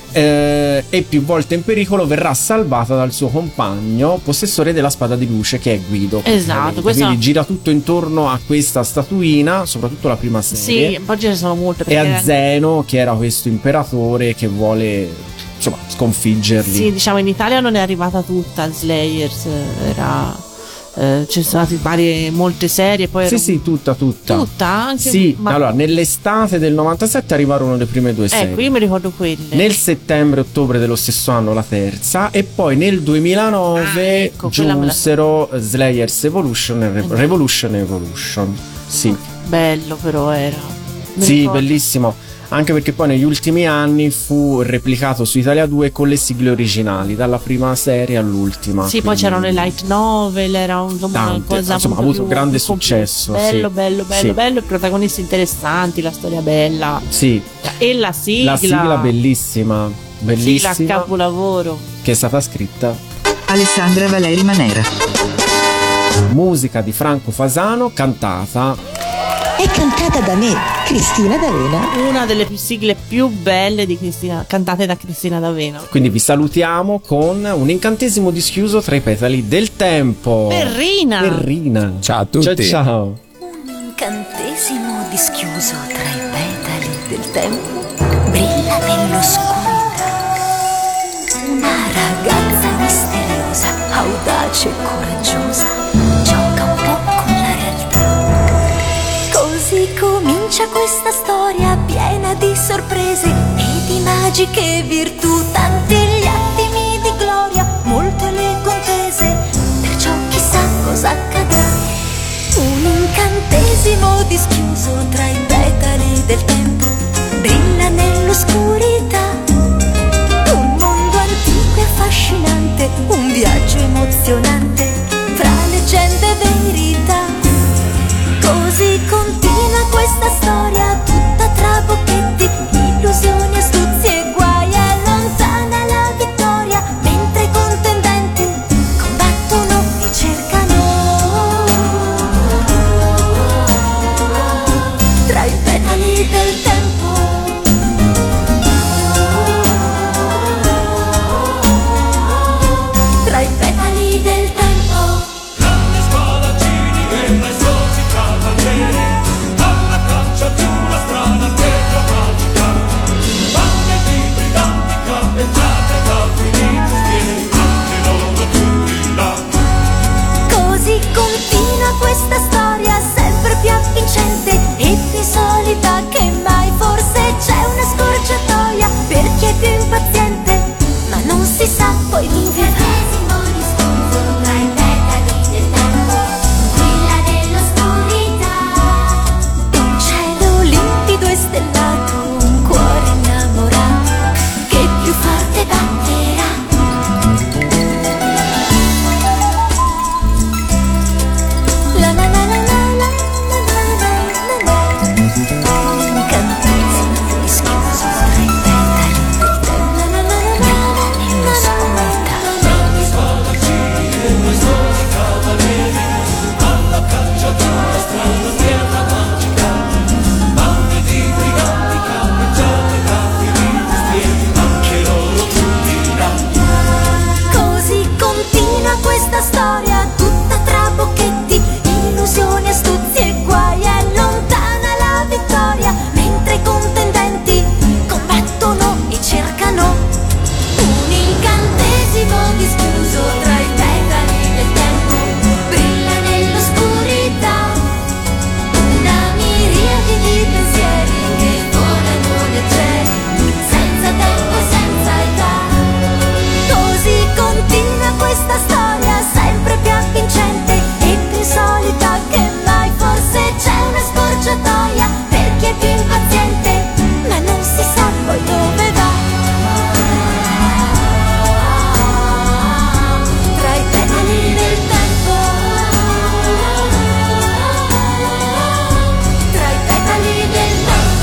[SPEAKER 2] eh, e più volte in pericolo, verrà salvata dal suo compagno, possessore della spada di luce, che è Guido.
[SPEAKER 3] Esatto, questo...
[SPEAKER 2] quindi gira tutto intorno a questa statuina, soprattutto la prima serie.
[SPEAKER 3] Sì, poi ce ne sono molte.
[SPEAKER 2] E a Zeno, che era questo imperatore che vuole, insomma, sconfiggerli.
[SPEAKER 3] Sì, diciamo in Italia non è arrivata tutta al Slayers, era... Eh, ci sono state varie, molte serie, poi
[SPEAKER 2] sì
[SPEAKER 3] era...
[SPEAKER 2] sì tutta tutta
[SPEAKER 3] tutta anche,
[SPEAKER 2] sì,
[SPEAKER 3] ma...
[SPEAKER 2] allora nell'estate del novantasette arrivarono le prime due serie,
[SPEAKER 3] ecco, io mi ricordo quelle.
[SPEAKER 2] Nel settembre-ottobre dello stesso anno la terza, e poi nel duemilanove
[SPEAKER 3] ah, ecco,
[SPEAKER 2] giunsero la... Slayers Evolution e Re- Revolution e Evolution. Sì,
[SPEAKER 3] bello però era. Mi
[SPEAKER 2] sì,
[SPEAKER 3] ricordo.
[SPEAKER 2] bellissimo. Anche perché poi negli ultimi anni fu replicato su Italia due con le sigle originali, dalla prima serie all'ultima.
[SPEAKER 3] Sì,
[SPEAKER 2] quindi...
[SPEAKER 3] poi c'erano le light novel, era un, una
[SPEAKER 2] Tante,
[SPEAKER 3] cosa
[SPEAKER 2] insomma, ha
[SPEAKER 3] molto
[SPEAKER 2] avuto
[SPEAKER 3] più
[SPEAKER 2] grande
[SPEAKER 3] compl-
[SPEAKER 2] successo.
[SPEAKER 3] Bello,
[SPEAKER 2] sì.
[SPEAKER 3] bello, bello,
[SPEAKER 2] sì.
[SPEAKER 3] bello, protagonisti interessanti, la storia bella.
[SPEAKER 2] Sì.
[SPEAKER 3] E la sigla.
[SPEAKER 2] La sigla bellissima, bellissima.
[SPEAKER 3] Sigla capolavoro.
[SPEAKER 2] Che è stata scritta
[SPEAKER 8] Alessandra Valeri Manera.
[SPEAKER 2] Musica di Franco Fasano, cantata
[SPEAKER 10] È cantata da me, Cristina D'Avena.
[SPEAKER 3] Una delle più sigle più belle di Cristina, cantate da Cristina D'Avena.
[SPEAKER 2] Quindi vi salutiamo con un incantesimo dischiuso tra i petali del tempo.
[SPEAKER 3] Per Rina.
[SPEAKER 2] Per Rina.
[SPEAKER 4] Ciao a tutti.
[SPEAKER 2] Ciao ciao.
[SPEAKER 13] Un incantesimo dischiuso tra i petali del tempo brilla nell'oscurità. Una ragazza misteriosa, audace e coraggiosa, gioca un po' con la realtà. Così comincia questa storia piena di sorprese e di magiche virtù, tanti gli attimi di gloria, molte le contese, perciò chissà cosa accadrà. Un incantesimo dischiuso tra i petali del tempo brilla nell'oscurità. Un mondo antico e affascinante, un viaggio emozionante fra leggende e verità. Così continua questa storia tutta tra bocchetti, illusioni, astuzie e guai. È lontana la vittoria, mentre i contendenti combattono e cercano tra i petali del tempo. Tra i petali del tempo.
[SPEAKER 7] continua questa storia sempre più avvincente e più insolita che mai. Forse c'è una scorciatoia per chi è più impaziente, ma non si sa poi dove va. Tra i petali del tempo, quella dell'oscurità, un cielo limpido e stellato, un cuore innamorato che più forte batterà. La la la la la la la la la. Un incantesimo rischioso tra i petali del tempo, nell'oscurità. Così continua questa storia tutta tra bocchetti, illusioni, astuzie e guai. È lontana la vittoria mentre i contendenti combattono e cercano un incantesimo dischiuso tra i petali del tempo. Brilla nell'oscurità una miriade di pensieri che volano leggeri, senza tempo, senza età. Così continua questa storia sempre più avvincente e più insolita che mai. Forse c'è una scorciatoia per chi è più impaziente, ma non si sa poi dove va. Tra i petali del tempo, tra i petali del tempo,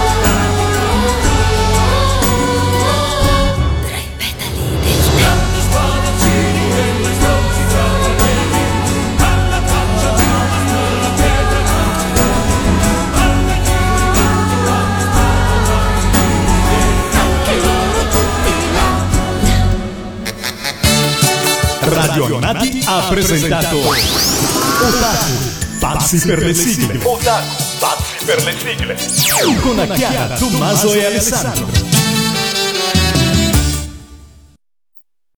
[SPEAKER 7] tra i petali del
[SPEAKER 1] Radio Animati ha presentato Otaku, pazzi per le sigle. Otaku, pazzi per le sigle. Con Chiara, Tommaso e Alessandro.